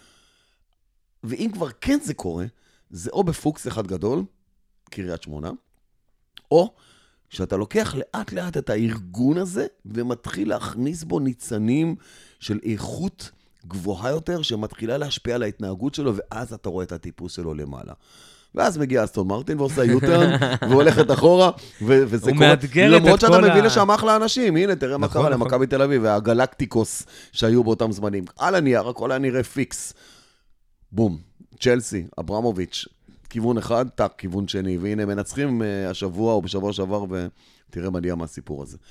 ואם כבר כן זה קורה, זה או בפוקס אחד גדול, קריית שמונה, או שאתה לוקח לאט לאט את הארגון הזה, ומתחיל להכניס בו ניצנים של איכות גבוהה יותר, שמתחילה להשפיע על ההתנהגות שלו, ואז אתה רואה את הטיפוס שלו למעלה. ואז מגיע אסטון מרטין ועושה יוטרן, והולכת אחורה, וזה קורה. למרות שאתה מביא לשם אחלה אנשים, הנה תראה מה קרה למכבי תל אביב, והגלקטיקוס שהיו באותם זמנים. על הנייר, הכל היה נראה פיקס. בום, צ'לסי, אברמוביץ', כיוון אחד, טק, כיוון שני, והנה מנצחים השבוע או בשבוע שעבר, ותראה מה נהיה מהסיפור הזה.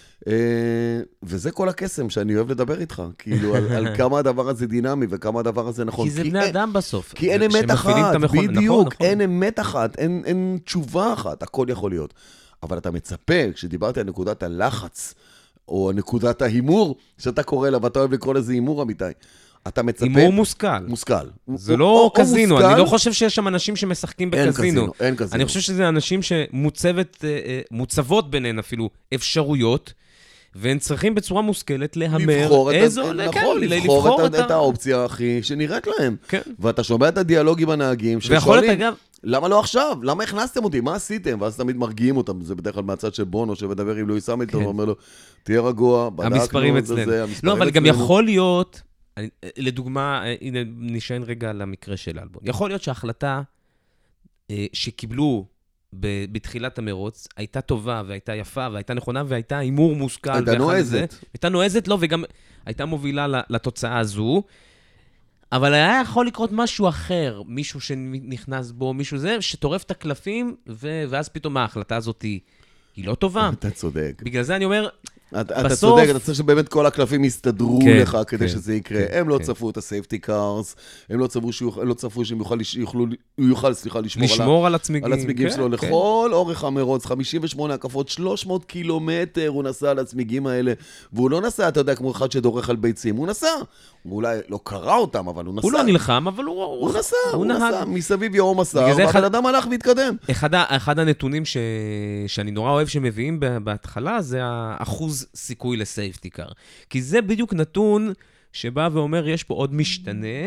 וזה כל הקסם שאני אוהב לדבר איתך, כאילו על כמה הדבר הזה דינמי וכמה הדבר הזה נכון. כי זה בני אדם בסוף. כי אין אמת אחת, בדיוק, אין אמת אחת, אין תשובה אחת, הכל יכול להיות. אבל אתה מצפה, כשדיברתי על נקודת הלחץ, או נקודת ההימור, שאתה קורא לה, ואתה אוהב לקרוא לזה הימור אמיתי, אתה מצפה... הימור מושכל. מושכל. זה לא קזינו, אני לא חושב שיש שם אנשים שמשחקים בקזינו. אין קזינו, אין קזינו. אני חושב שזה אנשים שמוצבות ביניהן אפילו אפשרויות, והם צריכים בצורה מושכלת להמר איזו... נכון, לבחור את האופציה הכי שנראית להם. כן. ואתה שומע את הדיאלוג עם הנהגים, ששואלים, למה לא עכשיו? למה הכנסתם אותי? מה עשיתם? ואז תמיד מרגיעים אותם, זה בדרך כלל מהצד של בונו, שמדבר עם לואיס המילטון, ואומר לו, תהיה רגוע, המספרים אצלנו. לא, אבל גם יכול להיות, לדוגמה, הנה, נשען רגע על המקרה של אלבון. יכול להיות שההחלטה שקיבלו בתחילת המרוץ, הייתה טובה והייתה יפה והייתה נכונה והייתה הימור מושכל. הייתה נועזת. הייתה נועזת לו וגם הייתה מובילה לתוצאה הזו, אבל היה יכול לקרות משהו אחר, מישהו שנכנס בו, מישהו זה, שטורף את הקלפים, ואז פתאום ההחלטה הזאת היא לא טובה. אתה צודק. בגלל זה אני אומר, אתה צודק, אתה צריך שבאמת כל הקלפים יסתדרו לך כדי שזה יקרה. הם לא צפו את הסייפטי קארס, הם לא צפו שהם יוכל, סליחה, לשמור על הצמיגים שלו לכל אורך המרוץ, חמישים ושמונה הקפות, שלוש מאות קילומטר הוא נסע על הצמיגים האלה, והוא לא נסע, אתה יודע, כמו אחד שדורך על ביצים, הוא נסע. הוא אולי לא קרא אותם, אבל הוא נסע. הוא לא נלחם, אבל הוא... הוא נסע, הוא נסע, מסביב יום מסע, אבל אדם הלך והתקדם. אחד הנתונים שאני נורא אוהב שמביאים בהתחלה, זה האחוז סיכוי לסייפטי קאר. כי זה בדיוק נתון שבא ואומר, יש פה עוד משתנה,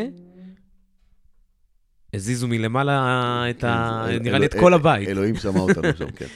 הזיזו מלמעלה את ה... נראה לי את כל הבית. אלוהים שמע אותנו שם, כן.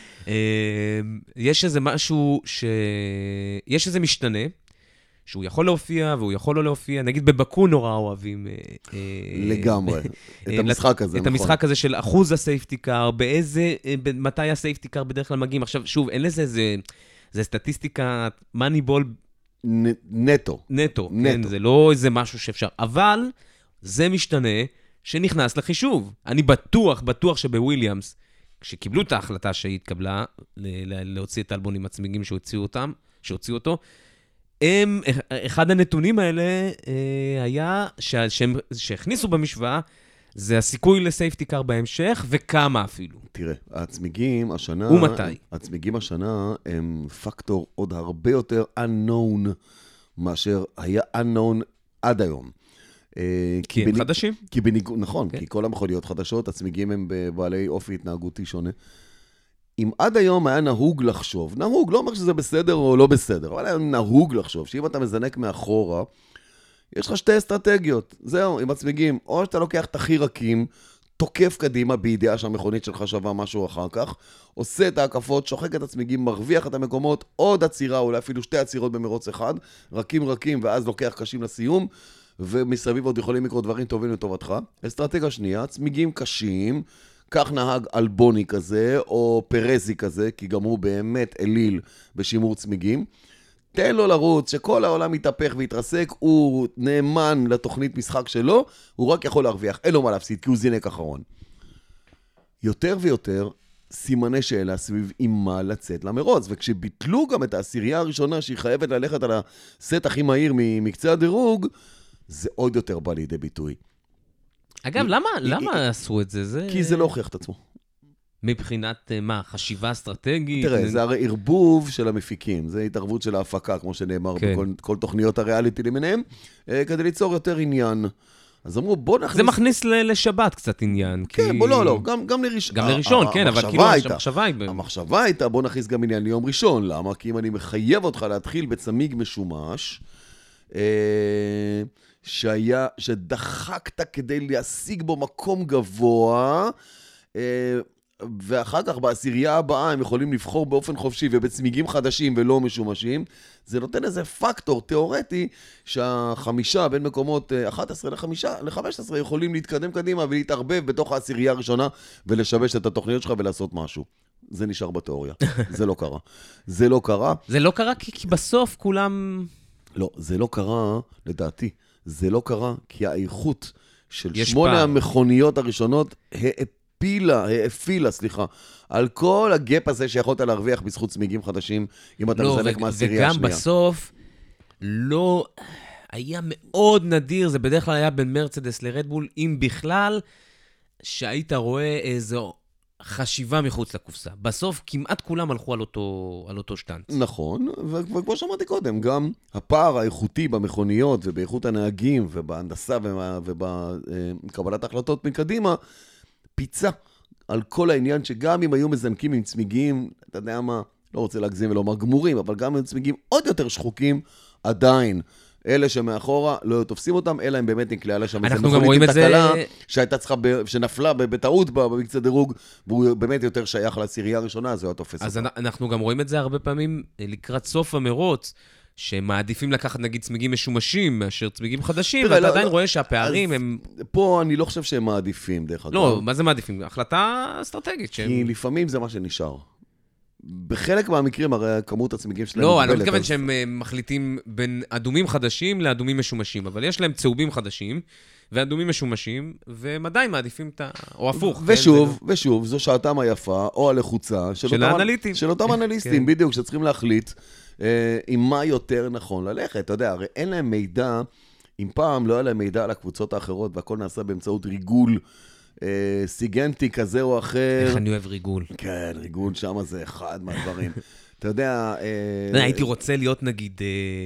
יש איזה משהו ש... יש איזה משתנה, שהוא יכול להופיע והוא יכול לא להופיע. נגיד בבקו נורא אוהבים... לגמרי. את המשחק הזה, את המשחק הזה של אחוז הסייפטי קאר, באיזה... מתי הסייפטי קאר בדרך כלל מגיעים. עכשיו, שוב, אין לזה איזה... זה סטטיסטיקה מאניבול... נטו. נטו, כן, זה לא איזה משהו שאפשר. אבל זה משתנה שנכנס לחישוב. אני בטוח, בטוח שבוויליאמס, כשקיבלו את ההחלטה שהתקבלה, להוציא את האלבונים הצמיגים שהוציאו אותם, שהוציאו אותו, הם, אחד הנתונים האלה היה, שהכניסו במשוואה, זה הסיכוי לסייפטי קאר בהמשך, וכמה אפילו. תראה, הצמיגים השנה... ומתי? הצמיגים השנה הם פקטור עוד הרבה יותר unknown, מאשר היה unknown עד היום. כי הם חדשים. כי בניגוד, נכון, כי כל המכוניות חדשות, הצמיגים הם בבעלי אופי התנהגותי שונה. אם עד היום היה נהוג לחשוב, נהוג, לא אומר שזה בסדר או לא בסדר, אבל היה נהוג לחשוב, שאם אתה מזנק מאחורה, יש לך שתי אסטרטגיות, זהו, עם הצמיגים, או שאתה לוקח את הכי רכים, תוקף קדימה בידיעה שהמכונית שלך שווה משהו אחר כך, עושה את ההקפות, שוחק את הצמיגים, מרוויח את המקומות, עוד עצירה, אולי אפילו שתי עצירות במרוץ אחד, רכים רכים, ואז לוקח קשים לסיום, ומסביב עוד יכולים לקרות דברים טובים לטובתך. אסטרטגיה שנייה, צמיגים קשים, כך נהג אלבוני כזה, או פרזי כזה, כי גם הוא באמת אליל בשימור צמיגים. תן לו לרוץ, שכל העולם יתהפך ויתרסק, הוא נאמן לתוכנית משחק שלו, הוא רק יכול להרוויח, אין לו מה להפסיד, כי הוא זינק אחרון. יותר ויותר, סימני שאלה סביב עם מה לצאת למרוץ, וכשביטלו גם את העשירייה הראשונה, שהיא חייבת ללכת על הסט הכי מהיר ממקצה הדירוג, זה עוד יותר בא לידי ביטוי. אגב, למה, למה עשו את זה? כי זה לא הוכיח את עצמו. מבחינת מה, חשיבה אסטרטגית? תראה, זה הרי ערבוב של המפיקים, זה התערבות של ההפקה, כמו שנאמר בכל תוכניות הריאליטי למיניהם, כדי ליצור יותר עניין. אז אמרו, בוא נכניס... זה מכניס לשבת קצת עניין. כן, בוא לא, לא, גם לראשון. גם לראשון, כן, אבל כאילו המחשבה היא... המחשבה הייתה, בוא נכניס גם עניין ליום ראשון. למה? כי אם אני מחייב אותך להתחיל בצמיג משומש, שהיה, שדחקת כדי להשיג בו מקום גבוה, ואחר כך בעשירייה הבאה הם יכולים לבחור באופן חופשי ובצמיגים חדשים ולא משומשים, זה נותן איזה פקטור תיאורטי שהחמישה בין מקומות אחת עשרה ל-חמש עשרה יכולים להתקדם קדימה ולהתערבב בתוך העשירייה הראשונה ולשבש את התוכניות שלך ולעשות משהו. זה נשאר בתיאוריה. זה לא קרה. זה לא קרה. זה לא קרה כי, כי בסוף כולם... לא, זה לא קרה, לדעתי. זה לא קרה כי האיכות של שמונה פעם. המכוניות הראשונות העפילה, העפילה, סליחה, על כל הגאפ הזה שיכולת להרוויח בזכות צמיגים חדשים, אם אתה לא, מזנק ו- מהעשירייה השנייה. וגם בסוף, לא... היה מאוד נדיר, זה בדרך כלל היה בין מרצדס לרדבול, אם בכלל, שהיית רואה איזו חשיבה מחוץ לקופסה. בסוף כמעט כולם הלכו על אותו, על אותו שטנץ. נכון, וכמו שאמרתי קודם, גם הפער האיכותי במכוניות ובאיכות הנהגים ובהנדסה ובקבלת ההחלטות מקדימה, פיצה על כל העניין שגם אם היו מזנקים עם צמיגים, אתה יודע מה, לא רוצה להגזים ולומר גמורים, אבל גם עם צמיגים עוד יותר שחוקים, עדיין. אלה שמאחורה לא היו תופסים אותם, אלא הם באמת נקלעה לשם. אנחנו גם רואים את זה... שהייתה צריכה, שנפלה בטעות במקצה דירוג, והוא באמת יותר שייך לעשירייה הראשונה, אז הוא היה תופס אותה. אז אנחנו גם רואים את זה הרבה פעמים לקראת סוף המרוץ, שמעדיפים לקחת נגיד צמיגים משומשים מאשר צמיגים חדשים, ואתה עדיין רואה שהפערים הם... פה אני לא חושב שהם מעדיפים, דרך אגב. לא, מה זה מעדיפים? החלטה אסטרטגית. כי לפעמים זה מה שנשאר. בחלק מהמקרים, הרי כמות הצמיגים שלהם... לא, אני לא מתכוון שהם מחליטים בין אדומים חדשים לאדומים משומשים, אבל יש להם צהובים חדשים, ואדומים משומשים, והם עדיין מעדיפים את ה... או הפוך. ושוב, ושוב, זו שעתם היפה, או הלחוצה, של האנליטים. של אותם אנליסטים, בדיוק, שצריכים להחליט עם מה יותר נכון ללכת. אתה יודע, הרי אין להם מידע, אם פעם לא היה להם מידע על הקבוצות האחרות, והכל נעשה באמצעות ריגול, סיגנטי כזה או אחר. איך אני אוהב ריגול. כן, ריגול שם זה אחד מהדברים. אתה יודע... הייתי רוצה להיות נגיד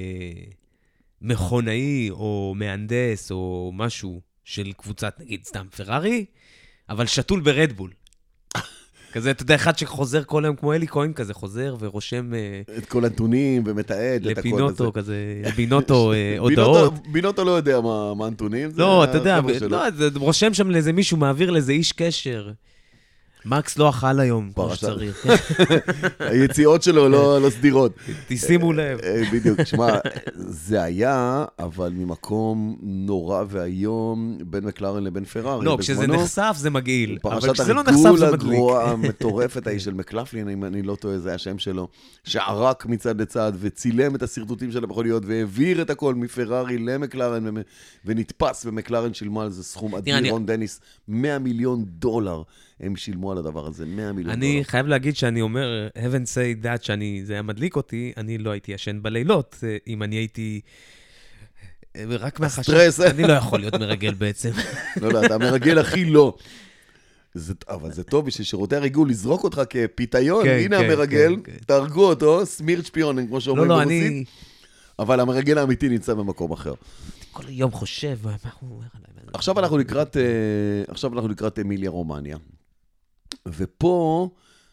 מכונאי או מהנדס או משהו של קבוצת נגיד סתם פרארי, אבל שתול ברדבול. כזה, אתה יודע, אחד שחוזר כל היום כמו אלי כהן כזה, חוזר ורושם... את כל הנתונים ומתעד את הכל הזה. לפינוטו כזה, לבינוטו הודעות. בינוטו לא יודע מה הנתונים. לא, אתה יודע, רושם שם לאיזה מישהו, מעביר לאיזה איש קשר. מקס לא אכל היום, כמו שצריך. היציאות שלו לא סדירות. תשימו לב. בדיוק, שמע, זה היה, אבל ממקום נורא והיום, בין מקלרן לבין פרארי. לא, כשזה נחשף זה מגעיל, אבל כשזה לא פרשת נחשף זה הריגול מדליק. הגרועה המטורפת ההיא של מקלפלין, אם אני לא טועה, זה השם שלו, שערק מצד לצד וצילם את הסרטוטים של המכוניות, והעביר את הכל מפרארי למקלרן, ונתפס, ומקלרן שילמה על זה סכום אדיר, רון דניס, מאה מיליון דולר. הם שילמו על הדבר הזה, מאה מיליון דולר. אני חייב להגיד שאני אומר, heaven say that, שאני, זה היה מדליק אותי, אני לא הייתי ישן בלילות, אם אני הייתי... רק מהחשב, אני לא יכול להיות מרגל בעצם. לא, לא, אתה מרגל הכי לא. אבל זה טוב בשביל שירותי הריגול, לזרוק אותך כפיתיון, הנה המרגל, תהרגו אותו, סמירט שפיונן, כמו שאומרים ברוסית. אבל המרגל האמיתי נמצא במקום אחר. כל היום חושב, מה הוא אומר עליי? עכשיו אנחנו לקראת, עכשיו אנחנו לקראת אמיליה רומניה. ופה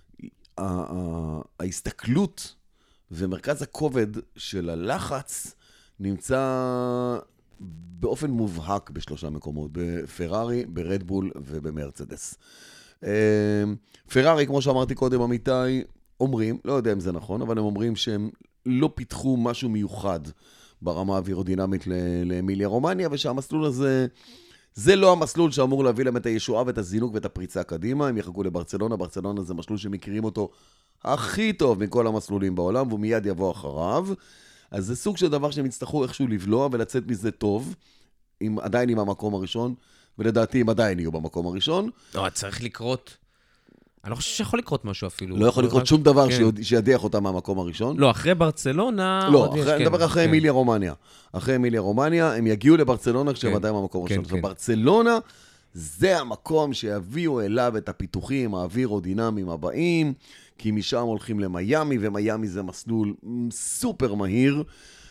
ההסתכלות ומרכז הכובד של הלחץ נמצא באופן מובהק בשלושה מקומות, בפרארי, ברדבול ובמרצדס. פרארי, כמו שאמרתי קודם, אמיתי, אומרים, לא יודע אם זה נכון, אבל הם אומרים שהם לא פיתחו משהו מיוחד ברמה האווירודינמית לאמיליה רומניה, ושהמסלול הזה, זה לא המסלול שאמור להביא להם את הישועה ואת הזינוק ואת הפריצה קדימה, הם יחכו לברצלונה, ברצלונה זה מסלול שמכירים אותו הכי טוב מכל המסלולים בעולם, והוא מיד יבוא אחריו, אז זה סוג של דבר שהם יצטרכו איכשהו לבלוע ולצאת מזה טוב, עם, עדיין עם המקום הראשון, ולדעתי הם עדיין יהיו במקום הראשון. לא, צריך לקרות. אני לא חושב שיכול לקרות משהו אפילו. לא יכול לקרות שום דבר שידיח אותם מהמקום הראשון. לא, אחרי ברצלונה... לא, אני מדבר אחרי אמיליה רומניה. אחרי אמיליה רומניה, הם יגיעו לברצלונה כשהם עדיין מהמקום הראשון. ברצלונה זה המקום שיביאו אליו את הפיתוחים האווירודינמיים הבאים, כי משם הולכים למיימי, ומיימי זה מסלול סופר מהיר.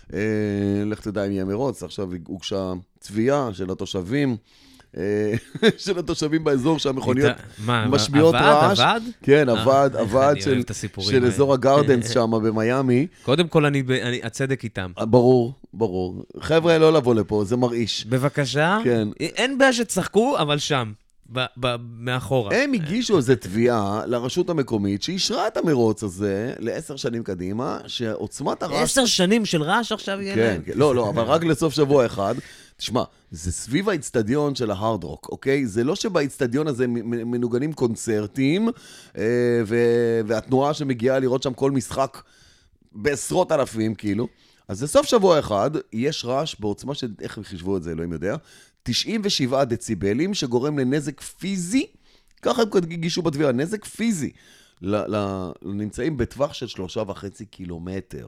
לך תדע אם יהיה מרוץ, עכשיו הוגשה צביעה של התושבים, של התושבים באזור שהמכוניות משמיעות רעש. עבד? כן, עבד, עבד של אזור הגארדנס שם במיימי. קודם כל, הצדק איתם. ברור, ברור. חבר'ה, לא לבוא לפה, זה מרעיש. בבקשה. כן. אין בעיה שצחקו, אבל שם. מאחורה. הם הגישו איזו תביעה לרשות המקומית שאישרה את המרוץ הזה לעשר שנים קדימה, שעוצמת הרעש... עשר שנים של רעש עכשיו יהיה להם. כן, לא, לא, אבל רק לסוף שבוע אחד. תשמע, זה סביב האצטדיון של ההארד רוק, אוקיי? זה לא שבאצטדיון הזה מנוגנים קונצרטים, והתנועה שמגיעה לראות שם כל משחק בעשרות אלפים, כאילו. אז זה סוף שבוע אחד, יש רעש בעוצמה של... איך הם חישבו את זה, אלוהים יודע? תשעים ושבעה דציבלים שגורם לנזק פיזי, ככה הם גישו בתביעה, נזק פיזי, נמצאים בטווח של שלושה וחצי קילומטר.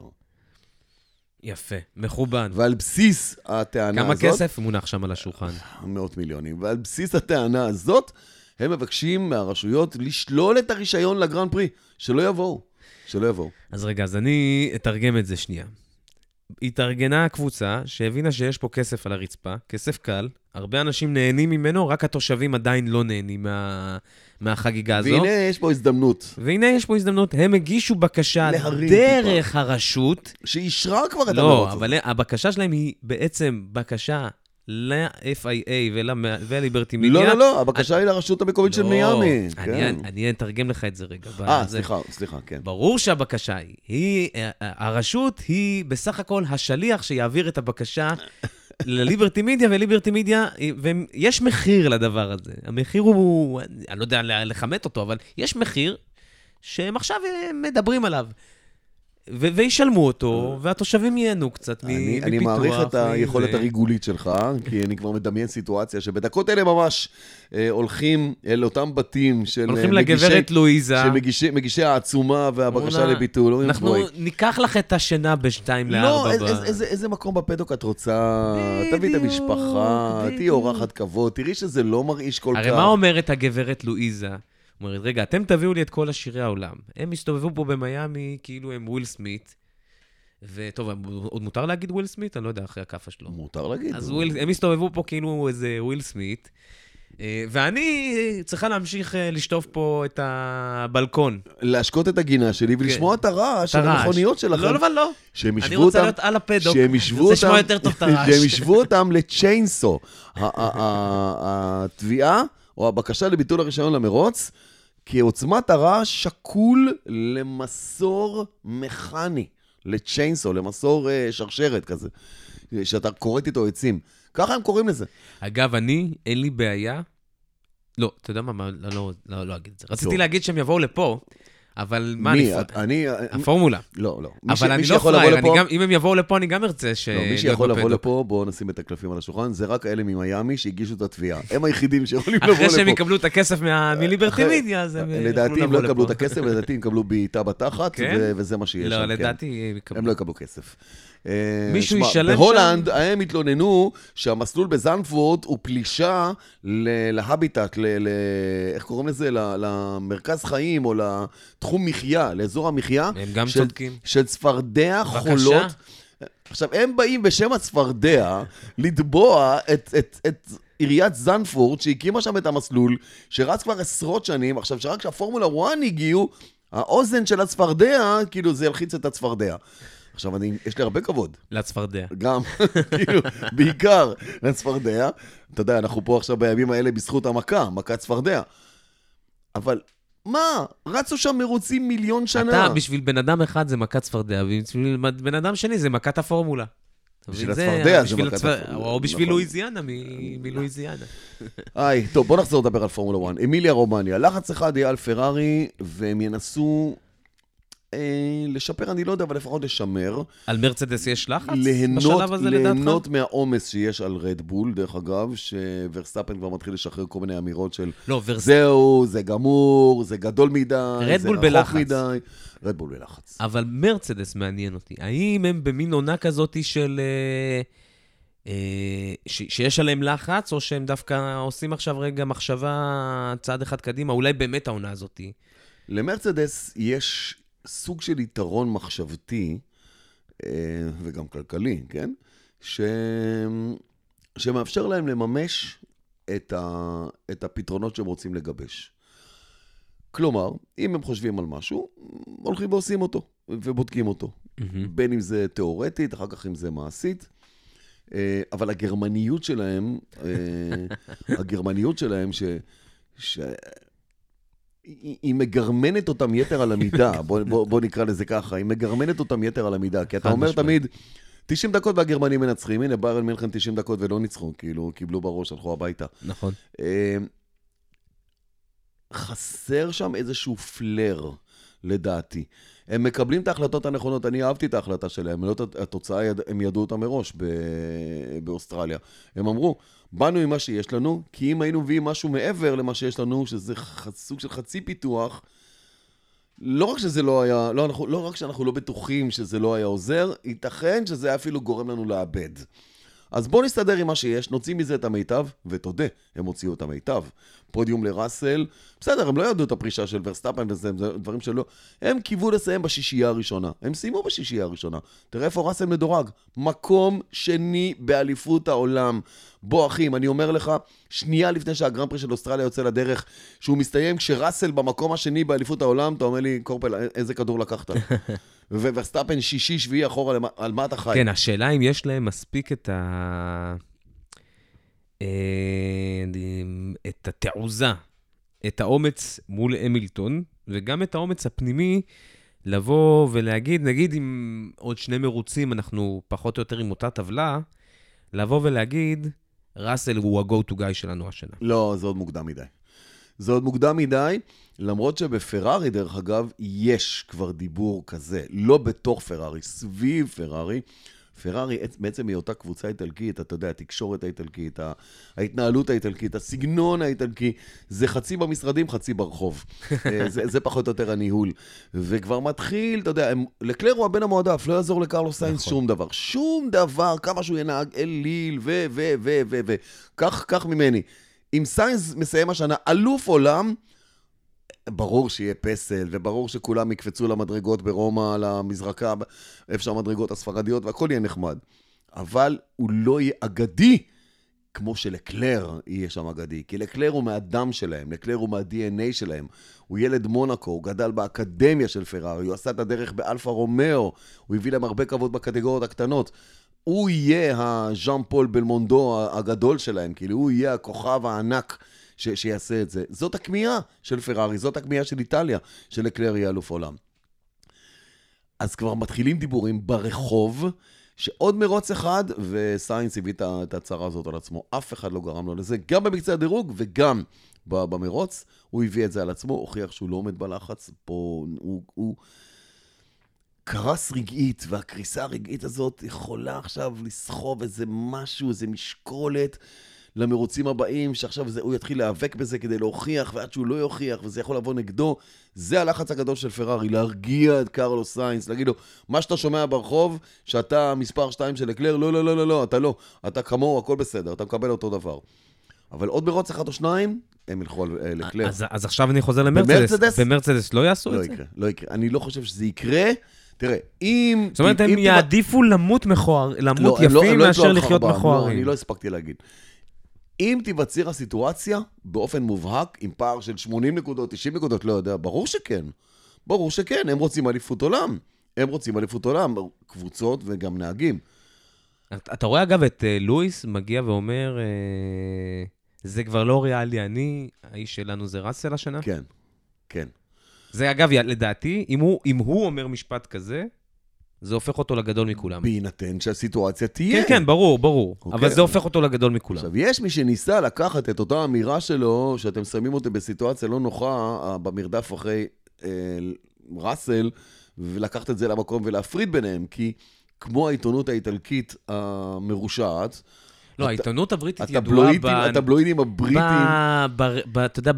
יפה, מכובן. ועל בסיס הטענה כמה הזאת... כמה כסף מונח שם על השולחן? מאות מיליונים. ועל בסיס הטענה הזאת, הם מבקשים מהרשויות לשלול את הרישיון לגרנד פרי, שלא יבואו, שלא יבואו. אז רגע, אז אני אתרגם את זה שנייה. התארגנה הקבוצה שהבינה שיש פה כסף על הרצפה, כסף קל, הרבה אנשים נהנים ממנו, רק התושבים עדיין לא נהנים מה... מהחגיגה הזו. והנה יש פה הזדמנות. והנה יש פה הזדמנות, הם הגישו בקשה דרך טיפה. הרשות. שאישרה כבר את לא, המרוץ. לא, אבל הבקשה שלהם היא בעצם בקשה ל-אף איי איי ולליברטי מידיה. לא, לא, לא, הבקשה היא לרשות המקומית של מיאמי. אני אתרגם לך את זה רגע. אה, סליחה, סליחה, כן. ברור שהבקשה היא, הרשות היא בסך הכל השליח שיעביר את הבקשה לליברטי מידיה, וליברטי מידיה, ויש מחיר לדבר הזה. המחיר הוא, אני לא יודע לחמת אותו, אבל יש מחיר שהם עכשיו מדברים עליו. וישלמו אותו, והתושבים ייהנו קצת מפיתוח. אני מעריך את היכולת הריגולית שלך, כי אני כבר מדמיין סיטואציה שבדקות אלה ממש הולכים אל אותם בתים של... הולכים לגברת לואיזה. של מגישי העצומה והבקשה לביטול. אנחנו ניקח לך את השינה בשתיים לארבע. לא, איזה מקום בפדוק את רוצה? תביא את המשפחה, תהי אורחת כבוד, תראי שזה לא מרעיש כל כך. הרי מה אומרת הגברת לואיזה? אומרת, רגע, אתם תביאו לי את כל השירי העולם. הם מסתובבו פה במיימי, כאילו הם וויל סמית. וטוב, עוד מותר להגיד וויל סמית? אני לא יודע, אחרי הקפה שלו. מותר להגיד. אז וויל, הם מסתובבו פה כאילו איזה וויל סמית. ואני צריכה להמשיך לשטוף פה את הבלקון. להשקות את הגינה שלי ולשמוע את הרעש של המכוניות שלכם. לא, אבל לא. אני רוצה להיות על הפדוק. זה שמוע יותר טוב את הרעש. שהם ישבו אותם לצ'יינסו. התביעה או הבקשה לביטול הרישיון למרוץ, כי עוצמת הרעש שקול למסור מכני, לצ'יינסו, למסור שרשרת כזה, שאתה קוראת איתו עצים. ככה הם קוראים לזה. אגב, אני, אין לי בעיה. לא, אתה יודע מה, לא, לא, לא, לא אגיד את זה. רציתי להגיד שהם יבואו לפה, אבל מה אני... אני... הפורמולה. לא, לא. אבל אני לא פרייר, אם הם יבואו לפה, אני גם ארצה ש... מי שיכול לבוא לפה, בואו נשים את הקלפים על השולחן, זה רק אלה ממיימי שהגישו את התביעה. הם היחידים שיכולים לבוא לפה. אחרי שהם יקבלו את הכסף מליברטי מידיה, אז הם יכולים לבוא לפה. לדעתי הם לא יקבלו את הכסף, לדעתי הם יקבלו בעיטה בתחת, וזה מה שיש. לא, לדעתי הם לא יקבלו כסף. מישהו ישלם שם? בהולנד הם התלוננו שהמסלול בזנפורט הוא פלישה להביטט, איך קוראים לזה? למרכז חיים או לתחום מחיה, לאזור המחיה. הם גם צודקים. של צפרדע חולות. עכשיו, הם באים בשם הצפרדע לתבוע את עיריית זנפורט שהקימה שם את המסלול, שרץ כבר עשרות שנים. עכשיו, שרק כשהפורמולה אחת הגיעו, האוזן של הצפרדע, כאילו זה ילחיץ את הצפרדע. עכשיו, אני, יש לי הרבה כבוד. לצפרדע. גם, כאילו, בעיקר לצפרדע. אתה יודע, אנחנו פה עכשיו בימים האלה בזכות המכה, מכת צפרדע. אבל מה? רצו שם מרוצים מיליון שנה. אתה, בשביל בן אדם אחד זה מכת צפרדע, ובשביל בן אדם שני זה מכת הפורמולה. בשביל הצפרדע זה מכת הפורמולה. או בשביל לואיזיאנה, מלואיזיאנה. איי, טוב, בוא נחזור לדבר על פורמולה אחת. אמיליה רומניה, לחץ אחד יהיה על פרארי, והם ינסו... לשפר, אני לא יודע, אבל לפחות לשמר. על מרצדס יש לחץ בשלב הזה לדעתך? ליהנות מהעומס שיש על רדבול, דרך אגב, שוורסטאפן כבר מתחיל לשחרר כל מיני אמירות של זהו, זה גמור, זה גדול מדי, זה רחוק מדי. רדבול בלחץ. אבל מרצדס מעניין אותי. האם הם במין עונה כזאת של... שיש עליהם לחץ, או שהם דווקא עושים עכשיו רגע מחשבה צעד אחד קדימה, אולי באמת העונה הזאת? למרצדס יש... סוג של יתרון מחשבתי, וגם כלכלי, כן? ש... שמאפשר להם לממש את, ה... את הפתרונות שהם רוצים לגבש. כלומר, אם הם חושבים על משהו, הולכים ועושים אותו, ובודקים אותו. Mm-hmm. בין אם זה תיאורטית, אחר כך אם זה מעשית. אבל הגרמניות שלהם, הגרמניות שלהם ש... ש... היא מגרמנת אותם יתר על המידה, בוא, בוא, בוא נקרא לזה ככה, היא מגרמנת אותם יתר על המידה, כי אתה אומר תמיד, תשעים דקות והגרמנים מנצחים, הנה ביירן מינכן תשעים דקות ולא ניצחו, כאילו קיבלו בראש, הלכו הביתה. נכון. חסר שם איזשהו פלר, לדעתי. הם מקבלים את ההחלטות הנכונות, אני אהבתי את ההחלטה שלהם, התוצאה, הם ידעו אותה מראש באוסטרליה. הם אמרו, באנו עם מה שיש לנו, כי אם היינו מביאים משהו מעבר למה שיש לנו, שזה סוג של חצי פיתוח, לא רק שזה לא היה, לא, אנחנו, לא רק שאנחנו לא בטוחים שזה לא היה עוזר, ייתכן שזה היה אפילו גורם לנו לאבד. אז בוא נסתדר עם מה שיש, נוציא מזה את המיטב, ותודה, הם הוציאו את המיטב. פודיום לראסל, בסדר, הם לא ידעו את הפרישה של ורסטאפן וזה, זה דברים שלא, הם קיוו לסיים בשישייה הראשונה, הם סיימו בשישייה הראשונה. תראה איפה ראסל מדורג, מקום שני באליפות העולם. בוא אחים, אני אומר לך, שנייה לפני שהגרנד פרי של אוסטרליה יוצא לדרך, שהוא מסתיים כשראסל במקום השני באליפות העולם, אתה אומר לי, קורפל, איזה כדור לקחת? וורסטאפן שישי, שביעי אחורה, על מה אתה חי? כן, השאלה אם יש להם מספיק את ה... את התעוזה, את האומץ מול המילטון, וגם את האומץ הפנימי לבוא ולהגיד, נגיד עם עוד שני מרוצים, אנחנו פחות או יותר עם אותה טבלה, לבוא ולהגיד, ראסל הוא ה-go to guy שלנו השנה. לא, זה עוד מוקדם מדי. זה עוד מוקדם מדי, למרות שבפרארי, דרך אגב, יש כבר דיבור כזה, לא בתוך פרארי, סביב פרארי, פרארי בעצם היא אותה קבוצה איטלקית, אתה יודע, התקשורת האיטלקית, ההתנהלות האיטלקית, הסגנון האיטלקי, זה חצי במשרדים, חצי ברחוב. זה, זה פחות או יותר הניהול. וכבר מתחיל, אתה יודע, לקלר הוא הבן המועדף, לא יעזור לקרלוס סיינס שום דבר. שום דבר, כמה שהוא ינהג אל ליל, ו, ו, ו, ו, ו. כך, כך ממני. אם סיינס מסיים השנה, אלוף עולם, ברור שיהיה פסל, וברור שכולם יקפצו למדרגות ברומא, למזרקה, איפה שהמדרגות הספרדיות, והכל יהיה נחמד. אבל הוא לא יהיה אגדי, כמו שלקלר יהיה שם אגדי. כי לקלר הוא מהדם שלהם, לקלר הוא מה-די אן איי שלהם. הוא ילד מונקו, הוא גדל באקדמיה של פרארי, הוא עשה את הדרך באלפה רומאו, הוא הביא להם הרבה כבוד בקטגוריות הקטנות. הוא יהיה הז'אן פול בלמונדו הגדול שלהם, כאילו הוא יהיה הכוכב הענק ש- שיעשה את זה. זאת הכמיהה של פרארי, זאת הכמיהה של איטליה, של לקלר יהיה אלוף עולם. אז כבר מתחילים דיבורים ברחוב, שעוד מרוץ אחד, וסיינס הביא את ההצהרה הזאת על עצמו. אף אחד לא גרם לו לזה, גם במקצה הדירוג וגם במרוץ. הוא הביא את זה על עצמו, הוכיח שהוא לא עומד בלחץ. פה הוא, הוא קרס רגעית, והקריסה הרגעית הזאת יכולה עכשיו לסחוב איזה משהו, איזה משקולת, למרוצים הבאים, שעכשיו זה, הוא יתחיל להיאבק בזה כדי להוכיח, ועד שהוא לא יוכיח, וזה יכול לבוא נגדו. זה הלחץ הגדול של פרארי, להרגיע את קרלוס סיינס, להגיד לו, מה שאתה שומע ברחוב, שאתה מספר שתיים של לקלר, לא, לא, לא, לא, לא, אתה לא, אתה כמוהו, הכל בסדר, אתה מקבל אותו דבר. אבל עוד מרוץ אחד או שניים, הם ילכו על לקלר. אז, אז עכשיו אני חוזר למרצדס. במרצדס לא יעשו לא את זה? יקרה, לא יקרה. אני לא חושב שזה יקרה. תראה, אם... זאת אומרת, הם יעדיפו למות מכוער, למות יפים מאשר לחיות מכוערים. אני לא הספקתי להגיד. אם תיווצר הסיטואציה, באופן מובהק, עם פער של שמונים נקודות, תשעים נקודות, לא יודע, ברור שכן. ברור שכן, הם רוצים אליפות עולם. הם רוצים אליפות עולם, קבוצות וגם נהגים. אתה רואה אגב את לואיס מגיע ואומר, זה כבר לא ריאלי, אני, האיש שלנו זה ראסל השנה? כן, כן. זה אגב, לדעתי, אם הוא, אם הוא אומר משפט כזה, זה הופך אותו לגדול מכולם. בהינתן שהסיטואציה תהיה. כן, כן, ברור, ברור. Okay. אבל זה הופך אותו לגדול מכולם. עכשיו, יש מי שניסה לקחת את אותה אמירה שלו, שאתם שמים אותי בסיטואציה לא נוחה, במרדף אחרי אה, ראסל, ולקחת את זה למקום ולהפריד ביניהם, כי כמו העיתונות האיטלקית המרושעת, לא, העיתונות הבריטית ידועה ב... הטבלואידים הבריטים... אתה יודע,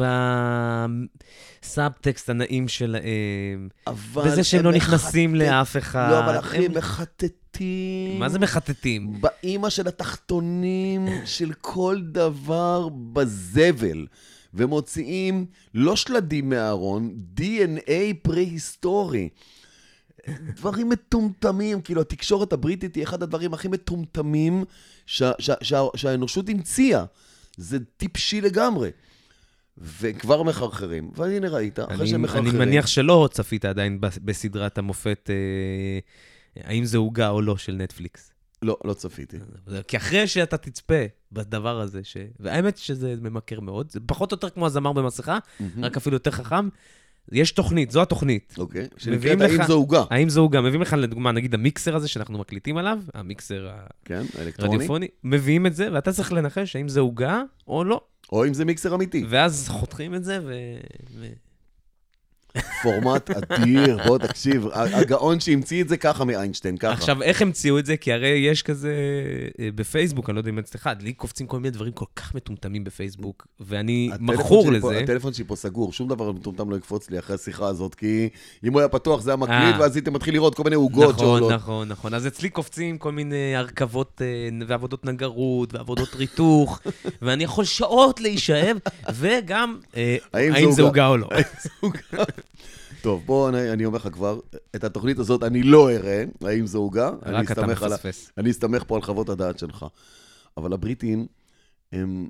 בסאבטקסט הנעים שלהם, בזה שהם לא נכנסים לאף אחד. לא, אבל אחי, מחטטים... מה זה מחטטים? באמא של התחתונים של כל דבר בזבל, ומוציאים לא שלדים מהארון, די אן איי פרה-היסטורי. דברים מטומטמים, כאילו התקשורת הבריטית היא אחד הדברים הכי מטומטמים שה, שה, שה, שהאנושות המציאה. זה טיפשי לגמרי. וכבר מחרחרים. והנה ראית, אחרי שהם מחרחרים. אני מניח שלא צפית עדיין בסדרת המופת, אה, האם זה הוגה או לא של נטפליקס. לא, לא צפיתי. כי אחרי שאתה תצפה בדבר הזה, ש... והאמת שזה ממכר מאוד, זה פחות או יותר כמו הזמר במסכה, רק אפילו יותר חכם, יש תוכנית, זו התוכנית. אוקיי, שנקראת האם זו הוגה. האם זו הוגה. מביאים לך לדוגמה, נגיד המיקסר הזה שאנחנו מקליטים עליו, המיקסר הרדיופוני, מביאים את זה, ואתה צריך לנחש האם זה הוגה או לא. או אם זה מיקסר אמיתי. ואז חותכים את זה ו... פורמט אדיר, בוא תקשיב, הגאון שהמציא את זה ככה מאיינשטיין, ככה. עכשיו, איך המציאו את זה? כי הרי יש כזה בפייסבוק, אני לא יודע אם אצלך, לי קופצים כל מיני דברים כל כך מטומטמים בפייסבוק, ואני מכור לזה. הטלפון שלי פה סגור, שום דבר מטומטם לא יקפוץ לי אחרי השיחה הזאת, כי אם הוא היה פתוח זה היה מקליט, ואז הייתם מתחיל לראות כל מיני עוגות שעולות. נכון, נכון, נכון. אז אצלי קופצים כל מיני הרכבות ועבודות נגרות, ועבודות ריתוך, ואני יכול שעות להישאב, וגם האם זה עוגה או לא. טוב, בוא, אני, אני אומר לך כבר, את התוכנית הזאת אני לא אראה, האם זה הוגה. רק אתה מפספס. אני אסתמך פה על חוות הדעת שלך. אבל הבריטים, הם...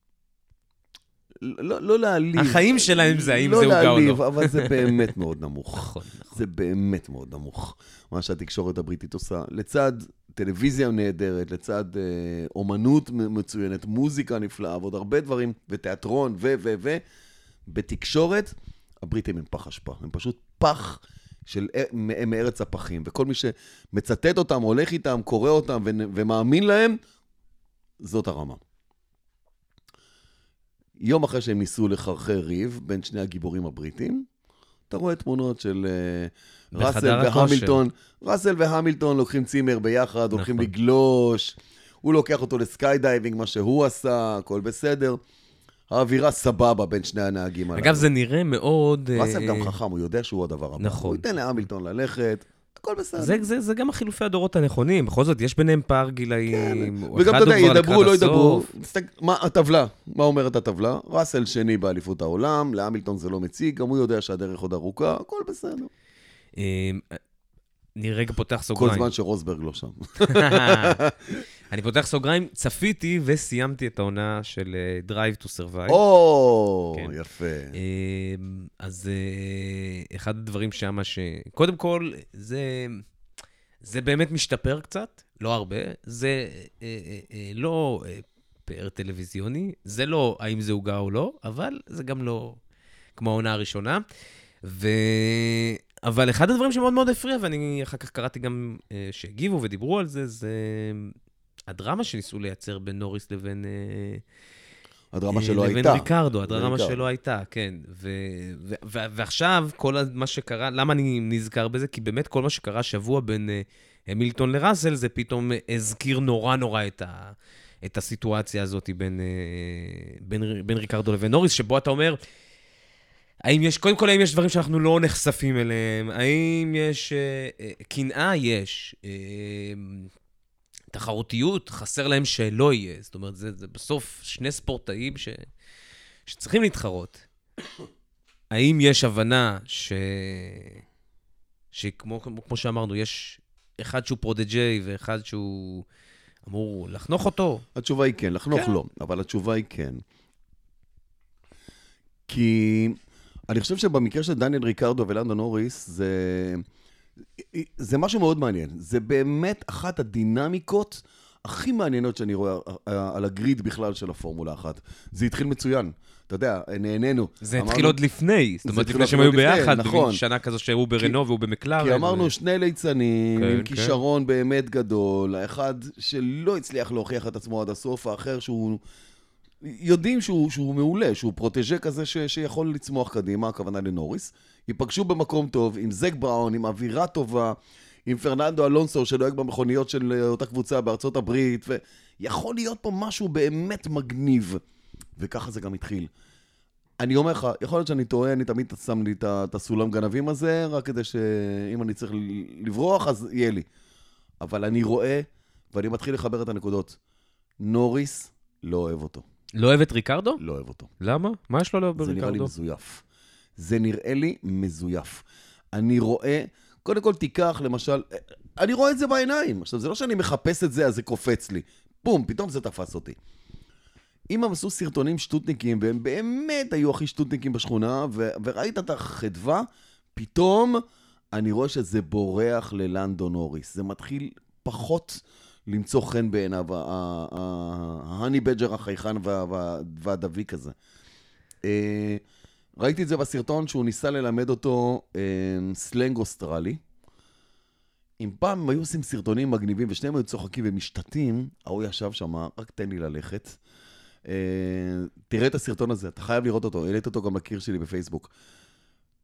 לא, לא להעליב. החיים שלהם זה האם זה הוגה או לא. לא להעליב, אבל זה באמת מאוד נמוך. נכון, נכון. זה באמת מאוד נמוך. מה שהתקשורת הבריטית עושה. לצד טלוויזיה נהדרת, לצד אה, אומנות מצוינת, מוזיקה נפלאה, ועוד הרבה דברים, ותיאטרון, ו, ו, ו, בתקשורת, הבריטים הם פח אשפה, הם פשוט פח של, מארץ הפחים, וכל מי שמצטט אותם, הולך איתם, קורא אותם ו, ומאמין להם, זאת הרמה. יום אחרי שהם ניסו לחרחר ריב בין שני הגיבורים הבריטים, אתה רואה תמונות של uh, ראסל והמילטון, ראסל והמילטון לוקחים צימר ביחד, נכון. הולכים לגלוש, הוא לוקח אותו לסקאי דייבינג, מה שהוא עשה, הכל בסדר. האווירה סבבה בין שני הנהגים עליו. אגב, זה נראה מאוד... ראסל גם חכם, הוא יודע שהוא הדבר הבא. נכון. הוא ייתן להמילטון ללכת, הכל בסדר. זה, זה, זה גם החילופי הדורות הנכונים, בכל זאת, יש ביניהם פער גילאים. כן. וגם אתה יודע, ידברו, לא ידברו. מה, הטבלה, מה אומרת הטבלה? ראסל שני באליפות העולם, להמילטון זה לא מציג, גם הוא יודע שהדרך עוד ארוכה, הכל בסדר. אני רגע פותח סוגריים. כל זמן שרוסברג לא שם. אני פותח סוגריים, צפיתי וסיימתי את העונה של Drive to Survive. או, יפה. אז אחד הדברים שמה ש... קודם כל, זה, זה באמת משתפר קצת, לא הרבה. זה לא פאר טלוויזיוני, זה לא האם זה הוגה או לא, אבל זה גם לא כמו העונה הראשונה. ו... אבל אחד הדברים שמאוד מאוד הפריע, ואני אחר כך קראתי גם שהגיבו ודיברו על זה, זה הדרמה שניסו לייצר בין נוריס לבין... הדרמה שלא הייתה. לבין ריקרדו, הדרמה שלא הייתה, כן. ו... ו... ו... ועכשיו, כל מה שקרה, למה אני נזכר בזה? כי באמת כל מה שקרה שבוע בין המילטון לראסל, זה פתאום הזכיר נורא נורא את ה... את הסיטואציה הזאת בין, בין, בין ריקרדו לבין נוריס, שבו אתה אומר... האם יש, קודם כל, האם יש דברים שאנחנו לא נחשפים אליהם? האם יש, אה, קנאה? יש. אה, תחרותיות? חסר להם שלא יהיה. זאת אומרת, זה, זה בסוף שני ספורטאים ש, שצריכים להתחרות. האם יש הבנה ש, שכמו כמו שאמרנו, יש אחד שהוא פרודג'יי ואחד שהוא אמור לחנוך אותו? התשובה היא כן, לחנוך כן. לא, אבל התשובה היא כן. כי... אני חושב שבמקרה של דניאל ריקרדו ולנדו נוריס, זה, זה משהו מאוד מעניין. זה באמת אחת הדינמיקות הכי מעניינות שאני רואה על הגריד בכלל של הפורמולה אחת. זה התחיל מצוין. אתה יודע, נהנינו. זה התחיל עוד לפני. זאת אומרת, לפני שהם היו ביחד, שנה כזו שהוא ברנו והוא במקלרן. כי אמרנו שני ליצנים, עם כישרון באמת גדול, האחד שלא הצליח להוכיח את עצמו עד הסוף, האחר שהוא... יודעים שהוא, שהוא מעולה, שהוא פרוטג'ה כזה ש, שיכול לצמוח קדימה, הכוונה לנוריס. ייפגשו במקום טוב, עם זק בראון, עם אווירה טובה, עם פרננדו אלונסו שלועג במכוניות של אותה קבוצה בארצות הברית, ויכול להיות פה משהו באמת מגניב. וככה זה גם התחיל. אני אומר לך, יכול להיות שאני טועה, אני תמיד שם לי את הסולם גנבים הזה, רק כדי שאם אני צריך לברוח, אז יהיה לי. אבל אני רואה, ואני מתחיל לחבר את הנקודות. נוריס לא אוהב אותו. לא אוהב את ריקרדו? לא אוהב אותו. למה? מה יש לו לאוהב בריקרדו? זה נראה לי מזויף. זה נראה לי מזויף. אני רואה, קודם כל תיקח למשל, אני רואה את זה בעיניים. עכשיו, זה לא שאני מחפש את זה, אז זה קופץ לי. בום, פתאום זה תפס אותי. אם הם עשו סרטונים שטוטניקים, והם באמת היו הכי שטוטניקים בשכונה, ו- וראית את החדווה, פתאום אני רואה שזה בורח ללנדו נוריס. זה מתחיל פחות... למצוא חן בעיניו, ההני בג'ר החייכן והדביק הזה. ראיתי את זה בסרטון שהוא ניסה ללמד אותו סלנג אוסטרלי. אם פעם הם היו עושים סרטונים מגניבים ושניהם היו צוחקים ומשתתים, הוא ישב שם, רק תן לי ללכת. תראה את הסרטון הזה, אתה חייב לראות אותו, העלית אותו גם לקיר שלי בפייסבוק.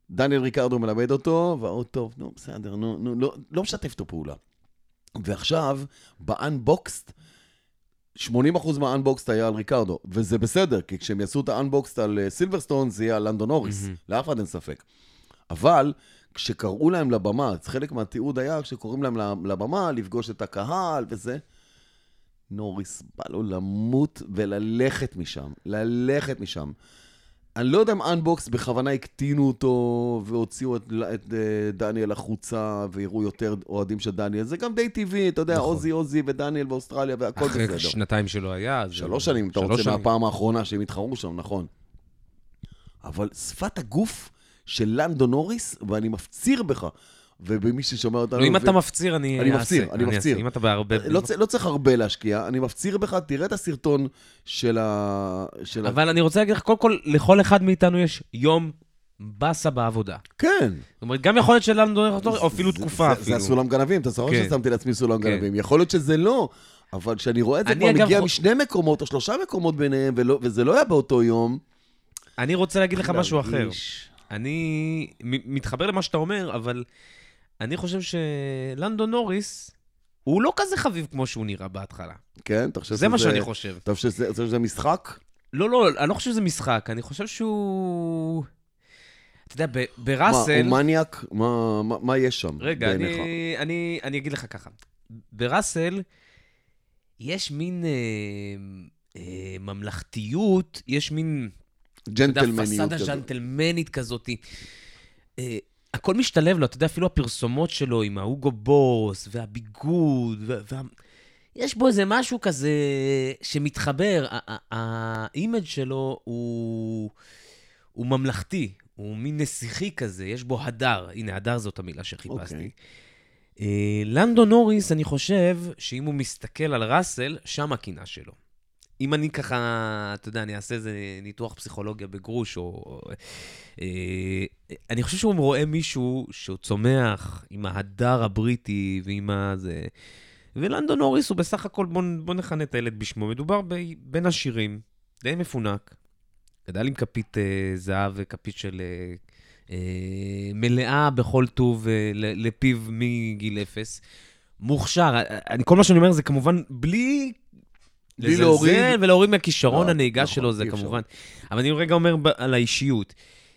דניאל ריקרדו מלמד אותו, והוא טוב, נו, בסדר, נו, נו, לא, לא משתף אותו פעולה. ועכשיו, באנבוקסט, שמונים אחוז מהאנבוקסט היה על ריקרדו, וזה בסדר, כי כשהם יעשו את האנבוקסט על סילברסטון, זה יהיה על לנדו נוריס, mm-hmm. לאף אחד אין ספק. אבל, כשקראו להם לבמה, חלק מהתיעוד היה, כשקוראים להם לבמה, לפגוש את הקהל וזה, נוריס בא לו למות וללכת משם, ללכת משם. אני לא יודע אם אנבוקס בכוונה הקטינו אותו והוציאו את, את דניאל החוצה ויראו יותר אוהדים של דניאל. זה גם די טבעי, אתה יודע, נכון. אוזי, אוזי ודניאל באוסטרליה והכל בסדר. אחרי שנתיים שלו היה. שלוש שנים, אתה רוצה שנים. מהפעם האחרונה שהם התחרו שם, נכון. אבל שפת הגוף של לנדו נוריס, ואני מפציר בך, ובמי ששומע אותנו... אם אתה מפציר, אני אעשה. אני מפציר, אני מפציר. אם אתה בהרבה... לא צריך הרבה להשקיע, אני מפציר בך, תראה את הסרטון של ה... אבל אני רוצה להגיד לך, קודם כל, לכל אחד מאיתנו יש יום בסה בעבודה. כן. זאת אומרת, גם יכול להיות שלנו, או אפילו תקופה אפילו. זה הסולם גנבים, אתה זוכר ששמתי לעצמי סולם גנבים. יכול להיות שזה לא, אבל כשאני רואה את זה כבר מגיע משני מקומות, או שלושה מקומות ביניהם, וזה לא היה באותו יום. אני רוצה להגיד לך משהו אחר. אני מתחבר למה שאתה אומר, אבל אני חושב שלנדו נוריס, הוא לא כזה חביב כמו שהוא נראה בהתחלה. כן, אתה חושב שזה... זה מה שאני חושב. אתה חושב שזה משחק? לא, לא, אני לא חושב שזה משחק. אני חושב שהוא... אתה יודע, בראסל... מה, הוא מניאק? מה, מה, מה יש שם? רגע, אני, אני, אני אגיד לך ככה. בראסל, יש מין אה, אה, ממלכתיות, יש מין... ג'נטלמניות. פסדה ג'נטלמנית כזאת. אה, הכל משתלב לו, אתה יודע, אפילו הפרסומות שלו עם ההוגו בוס והביגוד, וה... יש בו איזה משהו כזה שמתחבר. האימג' שלו הוא, הוא ממלכתי, הוא מין נסיכי כזה, יש בו הדר. הנה, הדר זאת המילה שחיפשתי. Okay. לנדו נוריס, אני חושב שאם הוא מסתכל על ראסל, שם הקינה שלו. אם אני ככה, אתה יודע, אני אעשה איזה ניתוח פסיכולוגיה בגרוש, או... אה, אני חושב שהוא רואה מישהו שהוא צומח עם ההדר הבריטי ועם הזה... ולנדו נוריס הוא בסך הכל, בוא, בוא נכנה את הילד בשמו, מדובר ב, בין השירים, די מפונק, גדל עם כפית אה, זהב וכפית של אה, אה, מלאה בכל טוב אה, לפיו מגיל אפס, מוכשר, אני, כל מה שאני אומר זה כמובן בלי... בלי להוריד. ולהוריד מהכישרון הנהיגה שלו, זה כמובן. אבל אני רגע אומר על האישיות.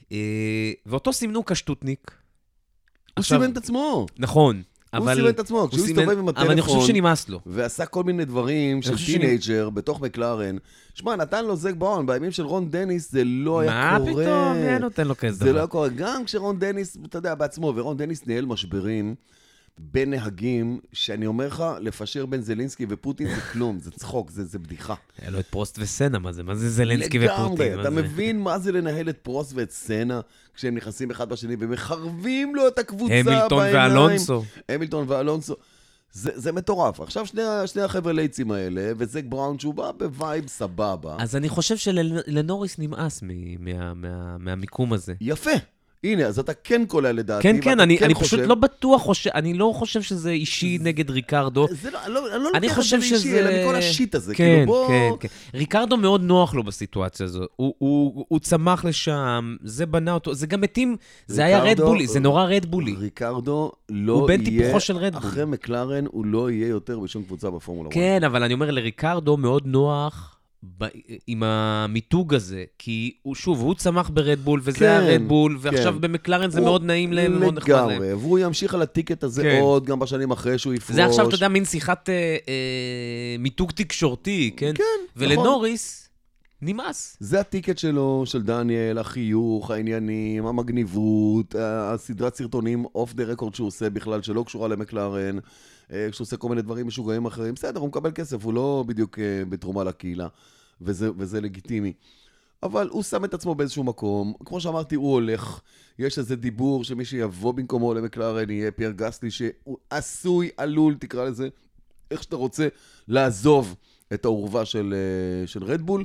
ואותו סימנו כשטוטניק. הוא סימן את עצמו. נכון. הוא סימן את עצמו, כשהוא הסתובב עם הטלפון. אבל אני חושב שנמאס לו. ועשה כל מיני דברים של טינג'ר בתוך מקלרן. שמע, נתן לו זק באון, בימים של רון דניס זה לא היה קורה. מה פתאום? מי נותן לו כזה דבר? זה לא היה קורה. גם כשרון דניס, אתה יודע, בעצמו, ורון דניס ניהל משברים, בין נהגים, שאני אומר לך, לפשר בין זלינסקי ופוטין זה כלום, זה צחוק, זה, זה בדיחה. היה לו את פרוסט וסנה, מה זה? מה זה זלינסקי ופוטין? לגמרי, אתה מבין מה זה לנהל את פרוסט ואת סנה, כשהם נכנסים אחד בשני ומחרבים לו את הקבוצה בעיניים. המילטון ואלונסו. המילטון ואלונסו. זה, זה מטורף. עכשיו שני, שני החבר'ה לייצים האלה, וזק בראון שהוא בא בווייב סבבה. אז אני חושב שלנוריס נמאס מה, מה, מהמיקום הזה. יפה. הנה, אז אתה כן קולה לדעתי. כן, כן, אני, כן אני פשוט לא בטוח, חושב, אני לא חושב שזה אישי נגד ריקרדו. זה לא, לא, לא אני חושב שזה אישי, אלא מכל השיט הזה. כן, כאילו בוא... כן, כן. ריקרדו מאוד נוח לו בסיטואציה הזו. הוא, הוא, הוא צמח לשם, זה בנה אותו, זה גם מתאים, זה היה רדבולי, זה נורא רדבולי. ריקרדו לא הוא בן יהיה, טיפוחו של רדבול. אחרי מקלרן הוא לא יהיה יותר בשום קבוצה בפורמולה. כן, אבל אני אומר, לריקרדו מאוד נוח... עם המיתוג הזה, כי הוא, שוב, הוא צמח ברדבול, וזה כן, הרדבול, ועכשיו כן. במקלרן זה מאוד נעים להם, מאוד נחמד להם. לגמרי, והוא ימשיך על הטיקט הזה כן. עוד, גם בשנים אחרי שהוא יפרוש. זה עכשיו, אתה יודע, מין שיחת אה, אה, מיתוג תקשורתי, כן? כן, ולנוריס, נכון. נמאס. זה הטיקט שלו, של דניאל, החיוך, העניינים, המגניבות, הסדרת סרטונים אוף דה רקורד שהוא עושה בכלל, שלא קשורה למקלרן, כשהוא עושה כל מיני דברים משוגעים אחרים, בסדר, הוא מקבל כסף, הוא לא בדיוק בתרומה לקהילה, וזה, וזה לגיטימי. אבל הוא שם את עצמו באיזשהו מקום, כמו שאמרתי, הוא הולך, יש איזה דיבור שמי שיבוא במקומו למקלרן יהיה פייר גסלי, שהוא עשוי, עלול, תקרא לזה, איך שאתה רוצה, לעזוב את העורבה של, של רדבול,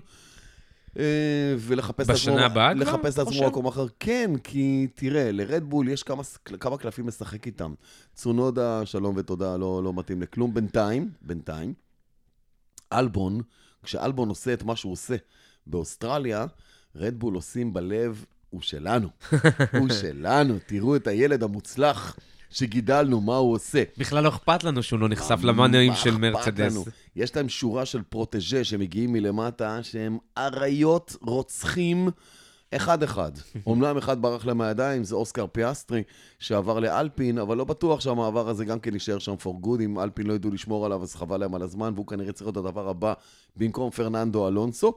ולחפש בשנה הבאה כבר? לחפש את עצמו מקום אחר. כן, כי תראה, לרדבול יש כמה, כמה קלפים לשחק איתם. צונודה, שלום ותודה, לא, לא מתאים לכלום. בינתיים, בינתיים, אלבון, כשאלבון עושה את מה שהוא עושה באוסטרליה, רדבול עושים בלב הוא שלנו. הוא שלנו. תראו את הילד המוצלח שגידלנו, מה הוא עושה. בכלל לא אכפת לנו שהוא לא נחשף למנועים של מרצדס. יש להם שורה של פרוטג'ה שמגיעים מלמטה, שהם אריות רוצחים אחד-אחד. אומנם אחד ברח להם הידיים, זה אוסקר פיאסטרי, שעבר לאלפין, אבל לא בטוח שהמעבר הזה גם כן יישאר שם for good, אם אלפין לא ידעו לשמור עליו, אז חבל להם על הזמן, והוא כנראה צריך להיות הדבר הבא, במקום פרננדו אלונסו.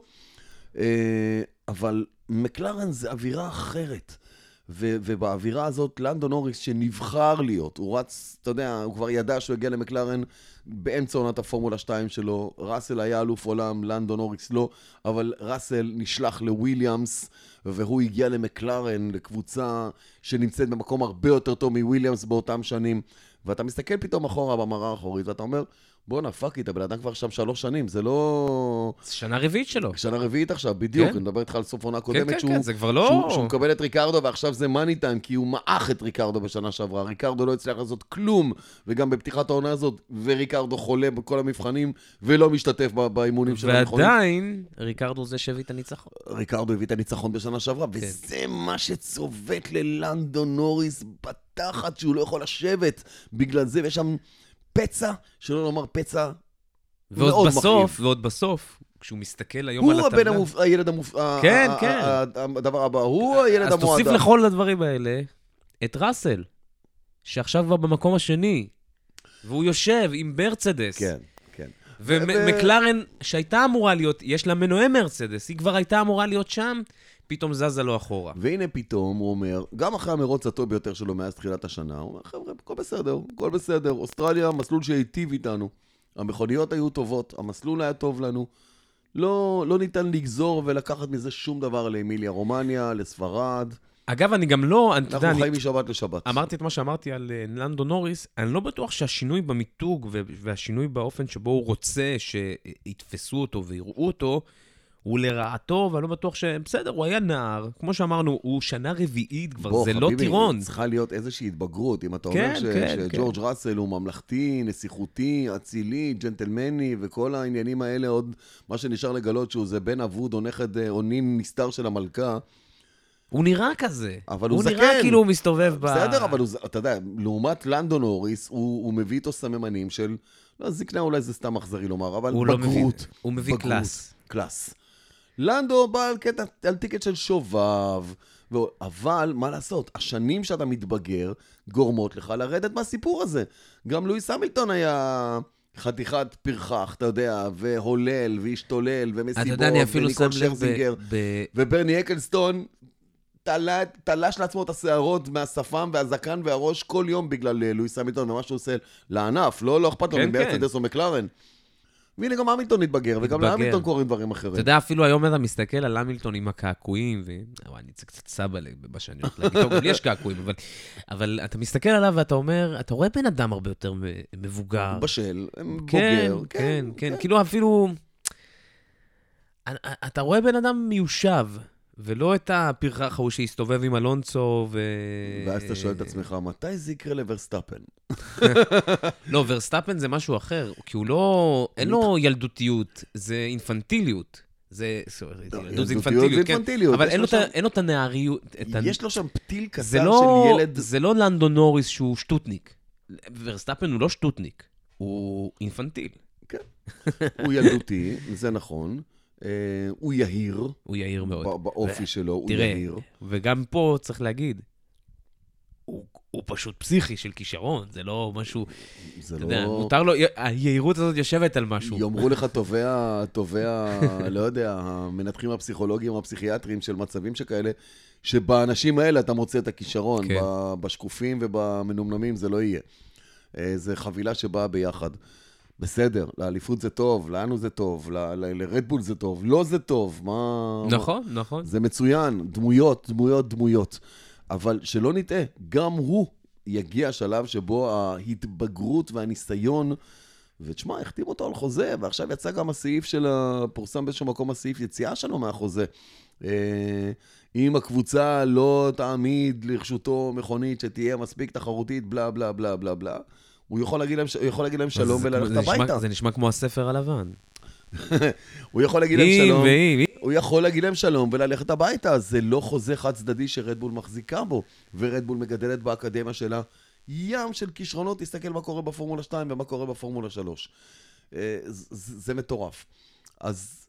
אבל מקלרן זה אווירה אחרת. ו- ובאווירה הזאת, לנדו נוריס שנבחר להיות, הוא רץ, אתה יודע, הוא כבר ידע שהוא הגיע למקלרן באמצע עונת הפורמולה שתיים שלו, ראסל היה אלוף עולם, לנדו נוריס לא, אבל ראסל נשלח לוויליאמס, והוא הגיע למקלרן, לקבוצה שנמצאת במקום הרבה יותר טוב מוויליאמס באותם שנים, ואתה מסתכל פתאום אחורה במראה האחורית, ואתה אומר, בוא נפק איתה, בן אדם כבר שם שלוש שנים, זה לא... זה שנה רביעית שלו. שנה רביעית עכשיו, בדיוק, אני מדבר איתך על סוף עונה קודמת, כן, כן, שהוא, כן, זה כבר לא... שהוא, שהוא מקבל את ריקרדו, ועכשיו זה מאני טיים, כי הוא מעך את ריקרדו בשנה שעברה, ריקרדו לא הצליח לעשות כלום, וגם בפתיחת העונה הזאת, וריקרדו חולה בכל המבחנים, ולא משתתף באימונים של המכונים. ועדיין, ריקרדו זה שהביא את הניצחון. ריקרדו הביא את הניצחון בשנה שעברה, כן. וזה מה שצובט ללנדו נוריס בתחת, שהוא לא יכול לשבת בגלל זה, ויש שם פצע, שלא לומר פצע ועוד בסוף, מכאיב. ועוד בסוף, כשהוא מסתכל היום על הטבלה... הוא הבן המופ... הילד המופ... כן, ה- כן. ה- הדבר הבא, הוא הילד המועדה. אז תוסיף לכל הדברים האלה את ראסל, שעכשיו כבר במקום השני, והוא יושב עם מרצדס. כן, כן. ומקלרן, שהייתה אמורה להיות, יש לה מנועי מרצדס, היא כבר הייתה אמורה להיות שם, פתאום זזה לו אחורה. והנה פתאום הוא אומר, גם אחרי המרוץ הטוב ביותר שלו מאז תחילת השנה, הוא אומר, חבר'ה, הכל בסדר, הכל בסדר, אוסטרליה, מסלול שהיטיב איתנו. המכוניות היו טובות, המסלול היה טוב לנו, לא, לא ניתן לגזור ולקחת מזה שום דבר לאמיליה רומניה, לספרד. אגב, אני גם לא... אנחנו חיים אני... משבת לשבת. אמרתי את מה שאמרתי על לנדו נוריס, אני לא בטוח שהשינוי במיתוג והשינוי באופן שבו הוא רוצה שיתפסו אותו ויראו אותו, הוא לרעתו, ואני לא בטוח שבסדר, הוא היה נער, כמו שאמרנו, הוא שנה רביעית כבר, בוא, זה חביבי, לא טירון. צריכה להיות איזושהי התבגרות, אם אתה כן, אומר ש- כן, שג'ורג' כן. ראסל הוא ממלכתי, נסיכותי, אצילי, ג'נטלמני, וכל העניינים האלה עוד, מה שנשאר לגלות שהוא זה בן אבוד או נכד או נין נסתר של המלכה. הוא נראה כזה. אבל הוא, הוא זקן. נראה כאילו הוא מסתובב ב... בסדר, אבל הוא, אתה יודע, לעומת לנדו נוריס, הוא, הוא מביא איתו סממנים של, לא, זקנה אולי זה סתם אכזרי לומר, אבל בגרות. לא מביא, הוא מביא בגרות, קלאס. קלאס. לנדו בא על, קטע, על טיקט של שובב, ו... אבל מה לעשות? השנים שאתה מתבגר גורמות לך לרדת מהסיפור הזה. גם לואיס המילטון היה חתיכת פרחח, אתה יודע, והולל, והשתולל, ומסיבות, וניקול שרזינגר, ב... וברני אקלסטון תלה, תלש לעצמו את השערות מהשפם והזקן והראש כל יום בגלל לואיס המילטון, ומה שהוא עושה לענף, לא, לא אכפת לו, כן, מברצדס או מקלרן. והנה גם המילטון התבגר, וגם להמילטון קוראים דברים אחרים. אתה יודע, אפילו היום אתה מסתכל על המילטון עם הקעקועים, ואני צריך קצת סבא במה שאני הולך להגיד, טוב, לי יש קעקועים, אבל אתה מסתכל עליו ואתה אומר, אתה רואה בן אדם הרבה יותר מבוגר. בשל, בוגר. כן, כן, כאילו אפילו, אתה רואה בן אדם מיושב, ולא את הפרחח ההוא שהסתובב עם אלונסו ו... ואז אתה שואל את עצמך, מתי זה יקרה לוורסטאפן? לא, וורסטאפן זה משהו אחר, כי הוא לא... אין לו ילדותיות, זה אינפנטיליות. זה... ילדות זה אינפנטיליות, כן. אבל אין לו את הנעריות... יש לו שם פתיל קטן של ילד... זה לא לנדו נוריס שהוא שטוטניק. וורסטאפן הוא לא שטוטניק, הוא אינפנטיל. כן. הוא ילדותי, זה נכון. הוא יהיר. הוא יהיר מאוד. באופי שלו, הוא יהיר. וגם פה צריך להגיד, הוא פשוט פסיכי של כישרון, זה לא משהו, אתה יודע, מותר לו, היהירות הזאת יושבת על משהו. יאמרו לך תובע, תובע, לא יודע, המנתחים הפסיכולוגיים או הפסיכיאטרים של מצבים שכאלה, שבאנשים האלה אתה מוצא את הכישרון, בשקופים ובמנומנמים זה לא יהיה. זה חבילה שבאה ביחד. בסדר, לאליפות זה טוב, לנו זה טוב, לרדבול זה טוב, לא זה טוב, מה... נכון, נכון. זה מצוין, דמויות, דמויות, דמויות. אבל שלא נטעה, גם הוא יגיע שלב שבו ההתבגרות והניסיון, ותשמע, החתים אותו על חוזה, ועכשיו יצא גם הסעיף של הפורסם באיזשהו מקום, הסעיף יציאה שלו מהחוזה. אם הקבוצה לא תעמיד לרשותו מכונית שתהיה מספיק תחרותית, בלה בלה בלה בלה בלה, הוא יכול להגיד להם, יכול להגיד להם שלום וללכת הביתה. זה נשמע כמו הספר הלבן. הוא יכול להגיד להם שלום. ואם, הוא יכול להגיד להם שלום וללכת הביתה. זה לא חוזה חד צדדי שרדבול מחזיקה בו, ורדבול מגדלת באקדמיה שלה ים של כישרונות. תסתכל מה קורה בפורמולה שתיים ומה קורה בפורמולה שלוש. זה מטורף. אז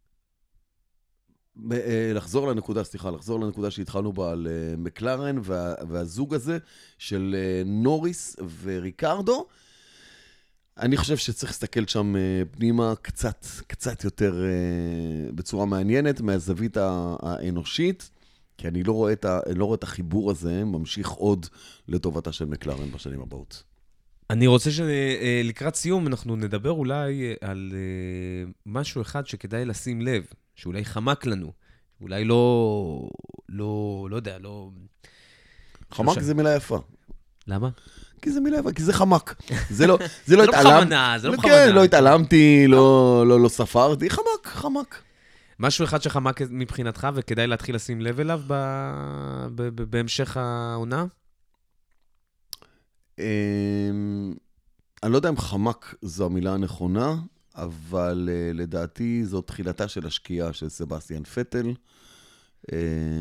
לחזור לנקודה, סליחה, לחזור לנקודה שהתחלנו בה על מקלרן וה, והזוג הזה של נוריס וריקרדו. אני חושב שצריך להסתכל שם פנימה קצת, קצת יותר בצורה מעניינת מהזווית האנושית, כי אני לא רואה את, ה, לא רואה את החיבור הזה ממשיך עוד לטובתה של מקלרן בשנים הבאות. אני רוצה שלקראת סיום אנחנו נדבר אולי על משהו אחד שכדאי לשים לב, שאולי חמק לנו, אולי לא, לא, לא יודע, לא... חמק זה מילה יפה. למה? כי זה מילה יפה, כי זה חמק. זה לא, זה לא התעלם... זה לא בכוונה, זה לא בכוונה. כן, לא התעלמתי, לא, לא, לא ספרתי, חמק, חמק. משהו אחד שחמק מבחינתך, וכדאי להתחיל לשים לב אליו ב... ב... ב... בהמשך העונה? אני לא יודע אם חמק זו המילה הנכונה, אבל uh, לדעתי זו תחילתה של השקיעה של סבסטיאן פטל. Uh,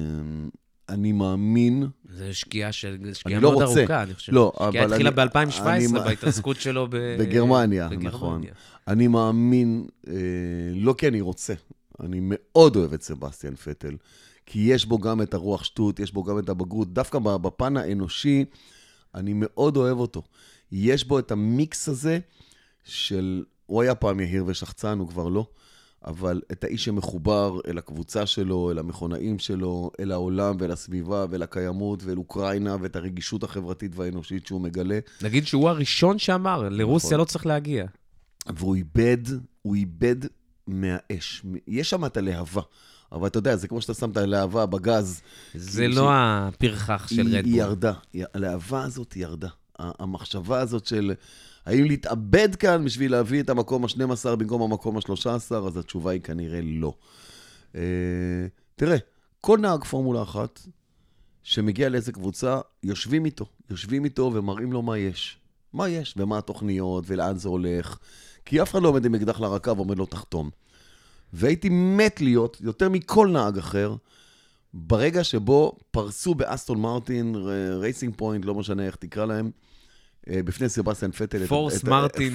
אני מאמין... זה שקיעה של... שקיעה מאוד לא ארוכה, אני חושב. לא, שקיעה התחילה ב-אלפיים שבע עשרה, בהתעסקות שלו ב... בגרמניה, בגרמניה, נכון. אני מאמין, uh, לא כי אני רוצה, אני מאוד אוהב את סבסטיאן פטל, כי יש בו גם את הרוח שטות, יש בו גם את הבגרות, דווקא בפן האנושי, אני מאוד אוהב אותו. יש בו את המיקס הזה של... הוא היה פעם יהיר ושחצן, הוא כבר לא, אבל את האיש שמחובר אל הקבוצה שלו, אל המכונאים שלו, אל העולם ואל הסביבה ואל הקיימות ואל אוקראינה ואת הרגישות החברתית והאנושית שהוא מגלה. נגיד שהוא הראשון שאמר, לרוסיה נכון. לא צריך להגיע. והוא איבד, הוא איבד מהאש. יש שם את הלהבה. אבל אתה יודע, זה כמו שאתה שם את הלהבה בגז. זה לא הפרחח של רדבול. היא ירדה. הלהבה הזאת ירדה. המחשבה הזאת של... האם להתאבד כאן בשביל להביא את המקום ה-שנים עשר במקום המקום ה-שלושים עשר, אז התשובה היא כנראה לא. Uh, תראה, כל נהג פורמולה אחת שמגיע לאיזה קבוצה, יושבים איתו, יושבים איתו ומראים לו מה יש. מה יש ומה התוכניות ולאן זה הולך. כי אף אחד לא עומד עם אקדח לרקה ועומד לו תחתום. והייתי מת להיות, יותר מכל נהג אחר, ברגע שבו פרסו באסטון מרטין, רייסינג פוינט, לא משנה איך תקרא להם, בפני סבסטיאן פטל, פורס מרטין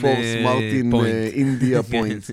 אינדיה פוינט,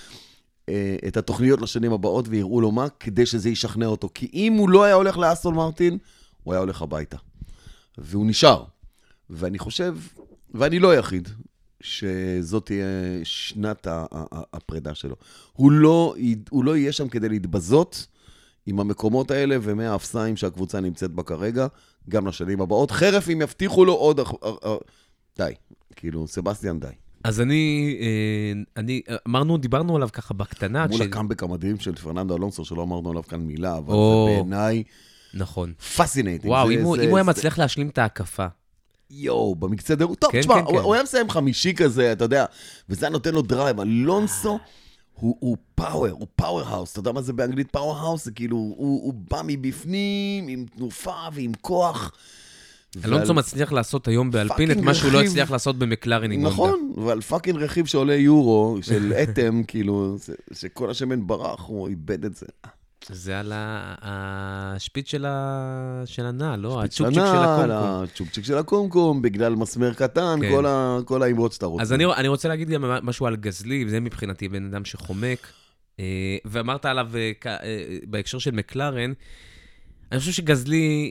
את התוכניות לשנים הבאות ויראו לו מה, כדי שזה ישכנע אותו. כי אם הוא לא היה הולך לאסטון מרטין, הוא היה הולך הביתה. והוא נשאר. ואני חושב, ואני לא יחיד, שזאת תהיה שנת הפרידה שלו. הוא לא, הוא לא יהיה שם כדי להתבזות עם המקומות האלה ומהאפסיים שהקבוצה נמצאת בה כרגע, גם לשנים הבאות. חרף אם יבטיחו לו עוד... די, כאילו, סבסטיאן די. אז אני, אני, אמרנו, דיברנו עליו ככה בקטנה. מול הקאמבק המדהים של פרננדו אלונסו, שלא אמרנו עליו כאן מילה, אבל זה בעיניי... נכון. פאסינטינג. וואו, אם הוא היה מצליח להשלים את ההקפה. יואו, במקצה דרך... טוב, תשמע, הוא היה מסיים חמישי כזה, אתה יודע, וזה נותן לו דרייב. אלונסו הוא פאוור, הוא פאוור האוס. אתה יודע מה זה באנגלית פאוור האוס? זה כאילו, הוא בא מבפנים, עם תנופה ועם כוח. אלונסו מצליח לעשות היום באלפין את מה שהוא לא הצליח לעשות במקלרן עם הונדה. נכון, ועל פאקינג רכיב שעולה יורו, של אטם, כאילו, שכל השמן ברח, הוא איבד את זה. זה על השפיץ של הנעל, לא? הצ'וקצ'יק של הקומקום. הצ'וקצ'יק של הקומקום, בגלל מסמר קטן, כל האמרות שאתה רוצה. אז אני רוצה להגיד גם משהו על גזלי, וזה מבחינתי בן אדם שחומק, ואמרת עליו בהקשר של מקלרן, אני חושב שגזלי...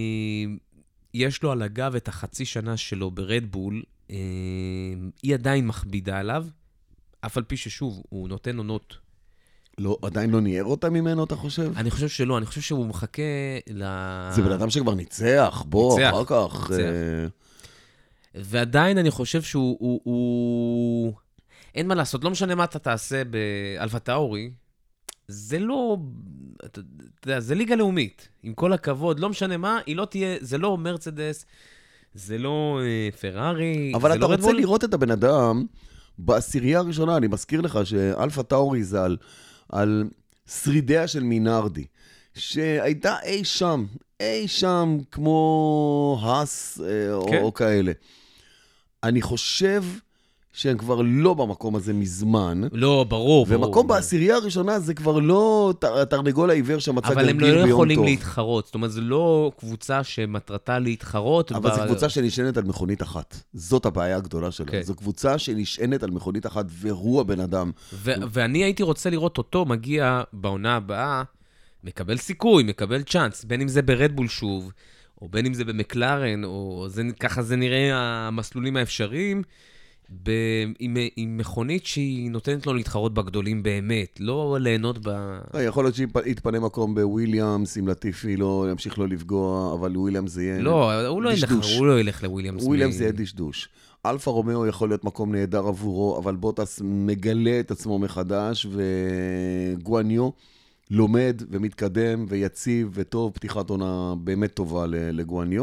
יש לו על הגב את החצי שנה שלו ברדבול, היא עדיין מכבידה עליו, אף על פי ששוב, הוא נותן עונות. לא, עדיין לא ניער אותה ממנו, אתה חושב? אני חושב שלא, אני חושב שהוא מחכה ל... זה בן אדם שכבר ניצח, בוא, ניצח, אחר כך. ניצח. ועדיין אני חושב שהוא... הוא, הוא... אין מה לעשות, לא משנה מה אתה תעשה באלפה טאורי, זה לא, אתה יודע, זה ליגה לאומית. עם כל הכבוד, לא משנה מה, היא לא תהיה, זה לא מרצדס, זה לא אה, פרארי, אבל אתה לא רוצה רדבול. לראות את הבן אדם בעשירייה הראשונה, אני מזכיר לך שאלפה טאורי זה על, על שרידיה של מינרדי, שהייתה אי שם, אי שם כמו האס אה, כן. או, או כאלה. אני חושב שהם כבר לא במקום הזה מזמן. לא, ברור, ברור. ומקום בעשירייה הראשונה זה כבר לא התרנגול העיוור שמצא גרגיל ביום טוב. אבל הם לא יכולים להתחרות. זאת אומרת, זו לא קבוצה שמטרתה להתחרות. אבל זו קבוצה שנשענת על מכונית אחת. זאת הבעיה הגדולה שלה. זו קבוצה שנשענת על מכונית אחת, והוא הבן אדם. ואני הייתי רוצה לראות אותו מגיע בעונה הבאה, מקבל סיכוי, מקבל צ'אנס, בין אם זה ברדבול שוב, או בין אם זה במקלרן, או ככה זה נראה המסלולים האפשריים, ב, עם, עם מכונית שהיא נותנת לו להתחרות בגדולים באמת, לא ליהנות ב... יכול להיות שיתפנה מקום בוויליאמס, אם לטיפי לא ימשיך לא לפגוע, אבל וויליאמס זה יהיה לא, הוא לא ילך, הוא לא ילך לוויליאמס. וויליאמס זה יהיה דשדוש. אלפה רומאו יכול להיות מקום נהדר עבורו, אבל בוטס מגלה את עצמו מחדש, וגואניו לומד ומתקדם ויציב וטוב, פתיחת עונה באמת טובה לגואניו.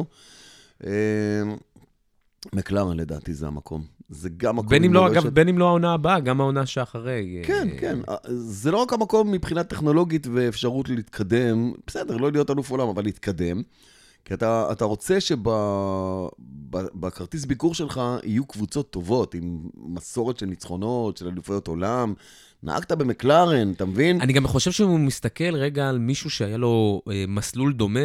מקלרן לדעתי זה המקום. זה גם מקום... בין אם לא, אגב, בין אם לא העונה הבאה, גם העונה שאחרי. כן, כן. זה לא רק המקום מבחינה טכנולוגית ואפשרות להתקדם, בסדר, לא להיות אלוף עולם, אבל להתקדם. כי אתה, אתה רוצה שבכרטיס ביקור שלך יהיו קבוצות טובות, עם מסורת של ניצחונות, של אלופיות עולם. נהגת במקלרן, אתה מבין? אני גם חושב שהוא מסתכל רגע על מישהו שהיה לו אה, מסלול דומה,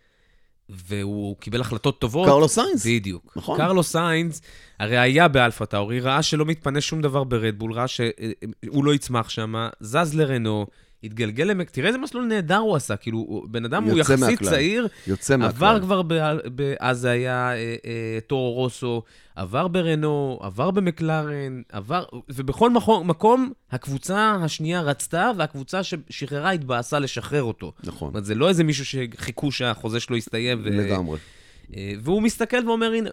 והוא קיבל החלטות טובות. קרלוס סיינס. בדיוק. נכון. קרלוס סיינס, הרי היה באלפה טאורי, ראה שלא מתפנה שום דבר ברדבול, ראה שהוא לא יצמח שם, זז לרנו, התגלגל למק, תראה איזה מסלול נהדר הוא עשה, כאילו, בן אדם הוא יחסית צעיר, עבר כבר, אז זה היה טורו רוסו, עבר ברנו, עבר במקלרן, עבר, ובכל מקום, הקבוצה השנייה רצתה, והקבוצה ששחררה התבאסה לשחרר אותו. נכון. זאת אומרת, זה לא איזה מישהו שחיכו שהחוזה שלו יסתיים. לגמרי. והוא מסתכל ואומר, הנה,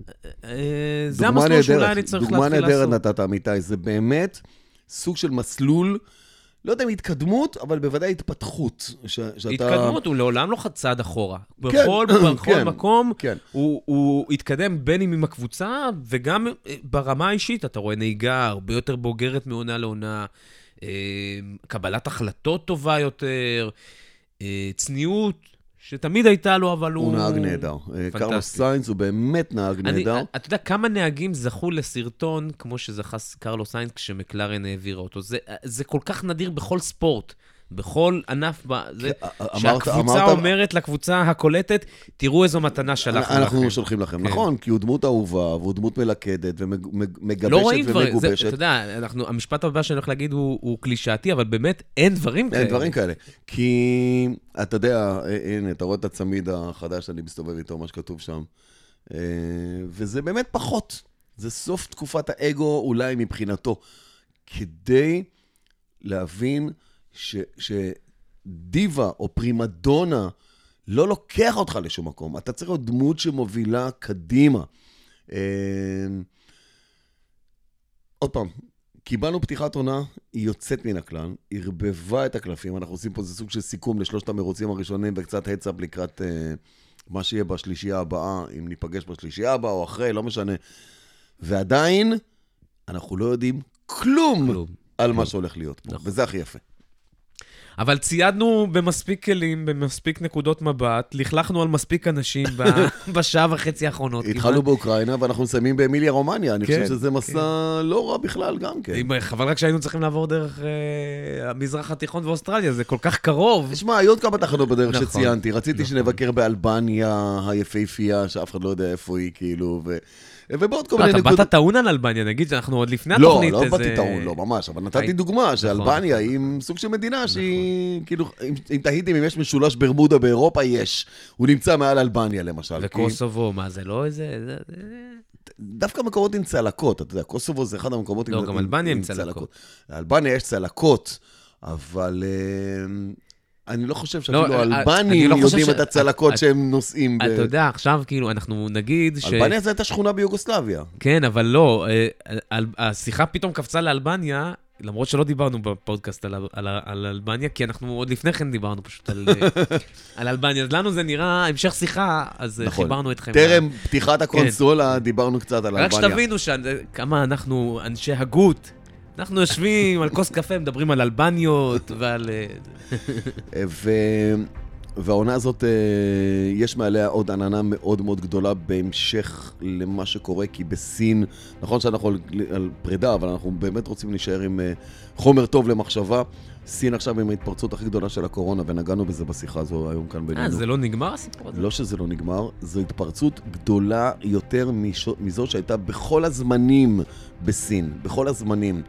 זה המסלול שאולי אני צריך להתחיל לעשות. דוגמה נהדרת נתת, אמיתי, זה באמת סוג של מסלול, לא יודע אם התקדמות, אבל בוודאי התפתחות. התקדמות, הוא לעולם לא צעד אחורה. בכל מקום הוא התקדם בין אם עם הקבוצה, וגם ברמה האישית, אתה רואה נהיגה הרבה יותר בוגרת מעונה לעונה, קבלת החלטות טובה יותר, צניעות, שתמיד הייתה לו, אבל הוא... הוא נהג נהדר. קרלוס סיינס הוא באמת נהג נהדר. אתה יודע כמה נהגים זכו לסרטון, כמו שזכה קרלוס סיינס כשמקלרן העבירה אותו. זה כל כך נדיר בכל ספורט, בכל ענף, שהקבוצה אומרת לקבוצה הקולטת, תראו איזו מתנה שלחנו לכם. אנחנו שולחים לכם, נכון, כי הוא דמות אהובה, והוא דמות מלכדת, ומגבשת ומגובשת. אתה יודע, המשפט הבא שאני הולך להגיד הוא קלישאתי, אבל באמת אין דברים כאלה. אין דברים כאלה, כי אתה יודע, הנה, אתה רואה את הצמיד החדש, אני מסתובב איתו, מה שכתוב שם, וזה באמת פחות. זה סוף תקופת האגו, אולי מבחינתו, כדי להבין ש, שדיבה או פרימדונה לא לוקח אותך לשום מקום. אתה צריך להיות דמות שמובילה קדימה. עוד פעם, קיבלנו פתיחת עונה, היא יוצאת מן הכלל, הרבבה את הקלפים, אנחנו עושים פה זה סוג של סיכום לשלושת המרוצים הראשונים, וקצת הצאפ לקראת מה שיהיה בשלישייה הבאה, אם ניפגש בשלישייה הבאה או אחרי, לא משנה. ועדיין, אנחנו לא יודעים כלום, כלום. על כלום. מה שהולך להיות פה, נכון. וזה הכי יפה. אבל ציידנו במספיק כלים, במספיק נקודות מבט, לכלכנו על מספיק אנשים בשעה וחצי האחרונות. התחלנו באוקראינה, ואנחנו מסיימים באמיליה רומניה. אני חושב שזה מסע לא רע בכלל גם כן. חבל רק שהיינו צריכים לעבור דרך המזרח התיכון ואוסטרליה, זה כל כך קרוב. תשמע, היו עוד כמה תחנות בדרך שציינתי. רציתי שנבקר באלבניה היפהפייה, שאף אחד לא יודע איפה היא, כאילו, ו... ובעוד כל מיני נקודות... אתה באת טעון על אלבניה, נגיד שאנחנו עוד לפני התוכנית... לא, לא באתי טעון, לא, ממש, אבל נתתי דוגמה שאלבניה היא סוג של מדינה שהיא, כאילו, אם תהיתם אם יש משולש ברמודה באירופה, יש. הוא נמצא מעל אלבניה, למשל. וקוסובו, מה זה לא איזה... דווקא מקומות עם צלקות, אתה יודע, קוסובו זה אחד המקומות עם צלקות. לא, גם אלבניה עם צלקות. אלבניה יש צלקות, אבל... אני לא חושב שאפילו אלבנים יודעים את הצלקות שהם נוסעים. אתה יודע, עכשיו כאילו אנחנו נגיד ש... אלבניה זה הייתה שכונה ביוגוסלביה. כן, אבל לא, השיחה פתאום קפצה לאלבניה, למרות שלא דיברנו בפודקאסט על אלבניה, כי אנחנו עוד לפני כן דיברנו פשוט על אלבניה. אז לנו זה נראה המשך שיחה, אז חיברנו אתכם. טרם פתיחת הקונסולה דיברנו קצת על אלבניה. רק שתבינו כמה אנחנו אנשי הגות, אנחנו יושבים על כוס קפה, מדברים על אלבניות ועל... והעונה הזאת, יש מעליה עוד עננה מאוד מאוד גדולה בהמשך למה שקורה, כי בסין, נכון שאנחנו על, על פרידה, אבל אנחנו באמת רוצים להישאר עם חומר טוב למחשבה. סין עכשיו עם ההתפרצות הכי גדולה של הקורונה, ונגענו בזה בשיחה הזו היום כאן בינינו. אה, זה לא נגמר הסיפור הזה? לא שזה לא נגמר, זו התפרצות גדולה יותר מזו שהייתה בכל הזמנים בסין, בכל הזמנים.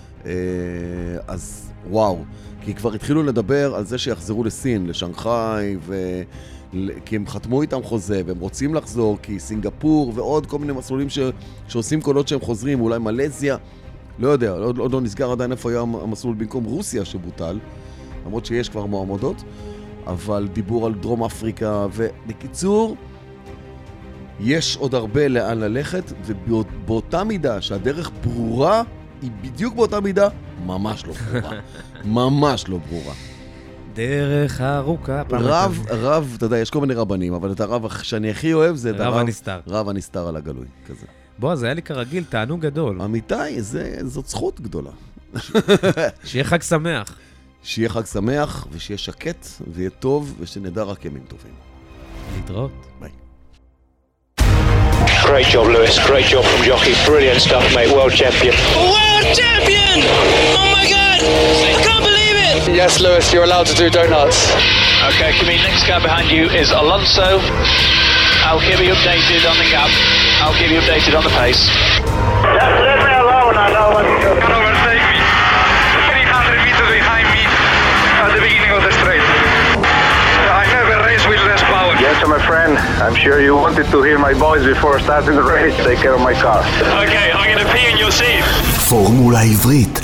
אז וואו, כי כבר התחילו לדבר על זה שיחזרו לסין, לשנגחאי, ו... כי הם חתמו איתם חוזה, והם רוצים לחזור, כי סינגפור ועוד כל מיני מסלולים ש... שעושים קולות שהם חוזרים, אולי מלזיה, לא יודע, עוד, עוד לא נסגר עדיין איפה היה המסלול במקום רוסיה שבוטל, למרות שיש כבר מועמדות, אבל דיבור על דרום אפריקה, ובקיצור, יש עוד הרבה לאן ללכת, ובאותה מידה שהדרך ברורה, היא בדיוק באותה מידה, ממש לא ברורה. ממש לא ברורה. דרך ארוכה. רב, רב, אתה יודע, יש כל מיני רבנים, אבל את הרב שאני הכי אוהב זה את רב הנסתר. רב הנסתר על הגלוי, כזה. בוא, זה היה לי כרגיל, תענוג גדול. אמיתי, זה, זאת זכות גדולה. שיהיה חג שמח. שיהיה חג שמח, ושיהיה שקט, ויהיה טוב, ושנדע רק ימים טובים. להתראות. ביי. Great job, Lewis. Great job from jockey. Brilliant stuff, mate. World champion. World champion! Oh my God! I can't believe it! Yes, Lewis, you're allowed to do donuts. Okay, Kimi, next car behind you is Alonso. I'll keep you updated on the gap. I'll keep you updated on the pace. Just let me alone, I know what to do. Can overtake me. three hundred meters behind me at the beginning of the straight. I never race with less power. Yes, my friend. I'm sure you wanted to hear my voice before starting the race. Take care of my car. Okay, I'm going to pee in your seat. פורמולה עברית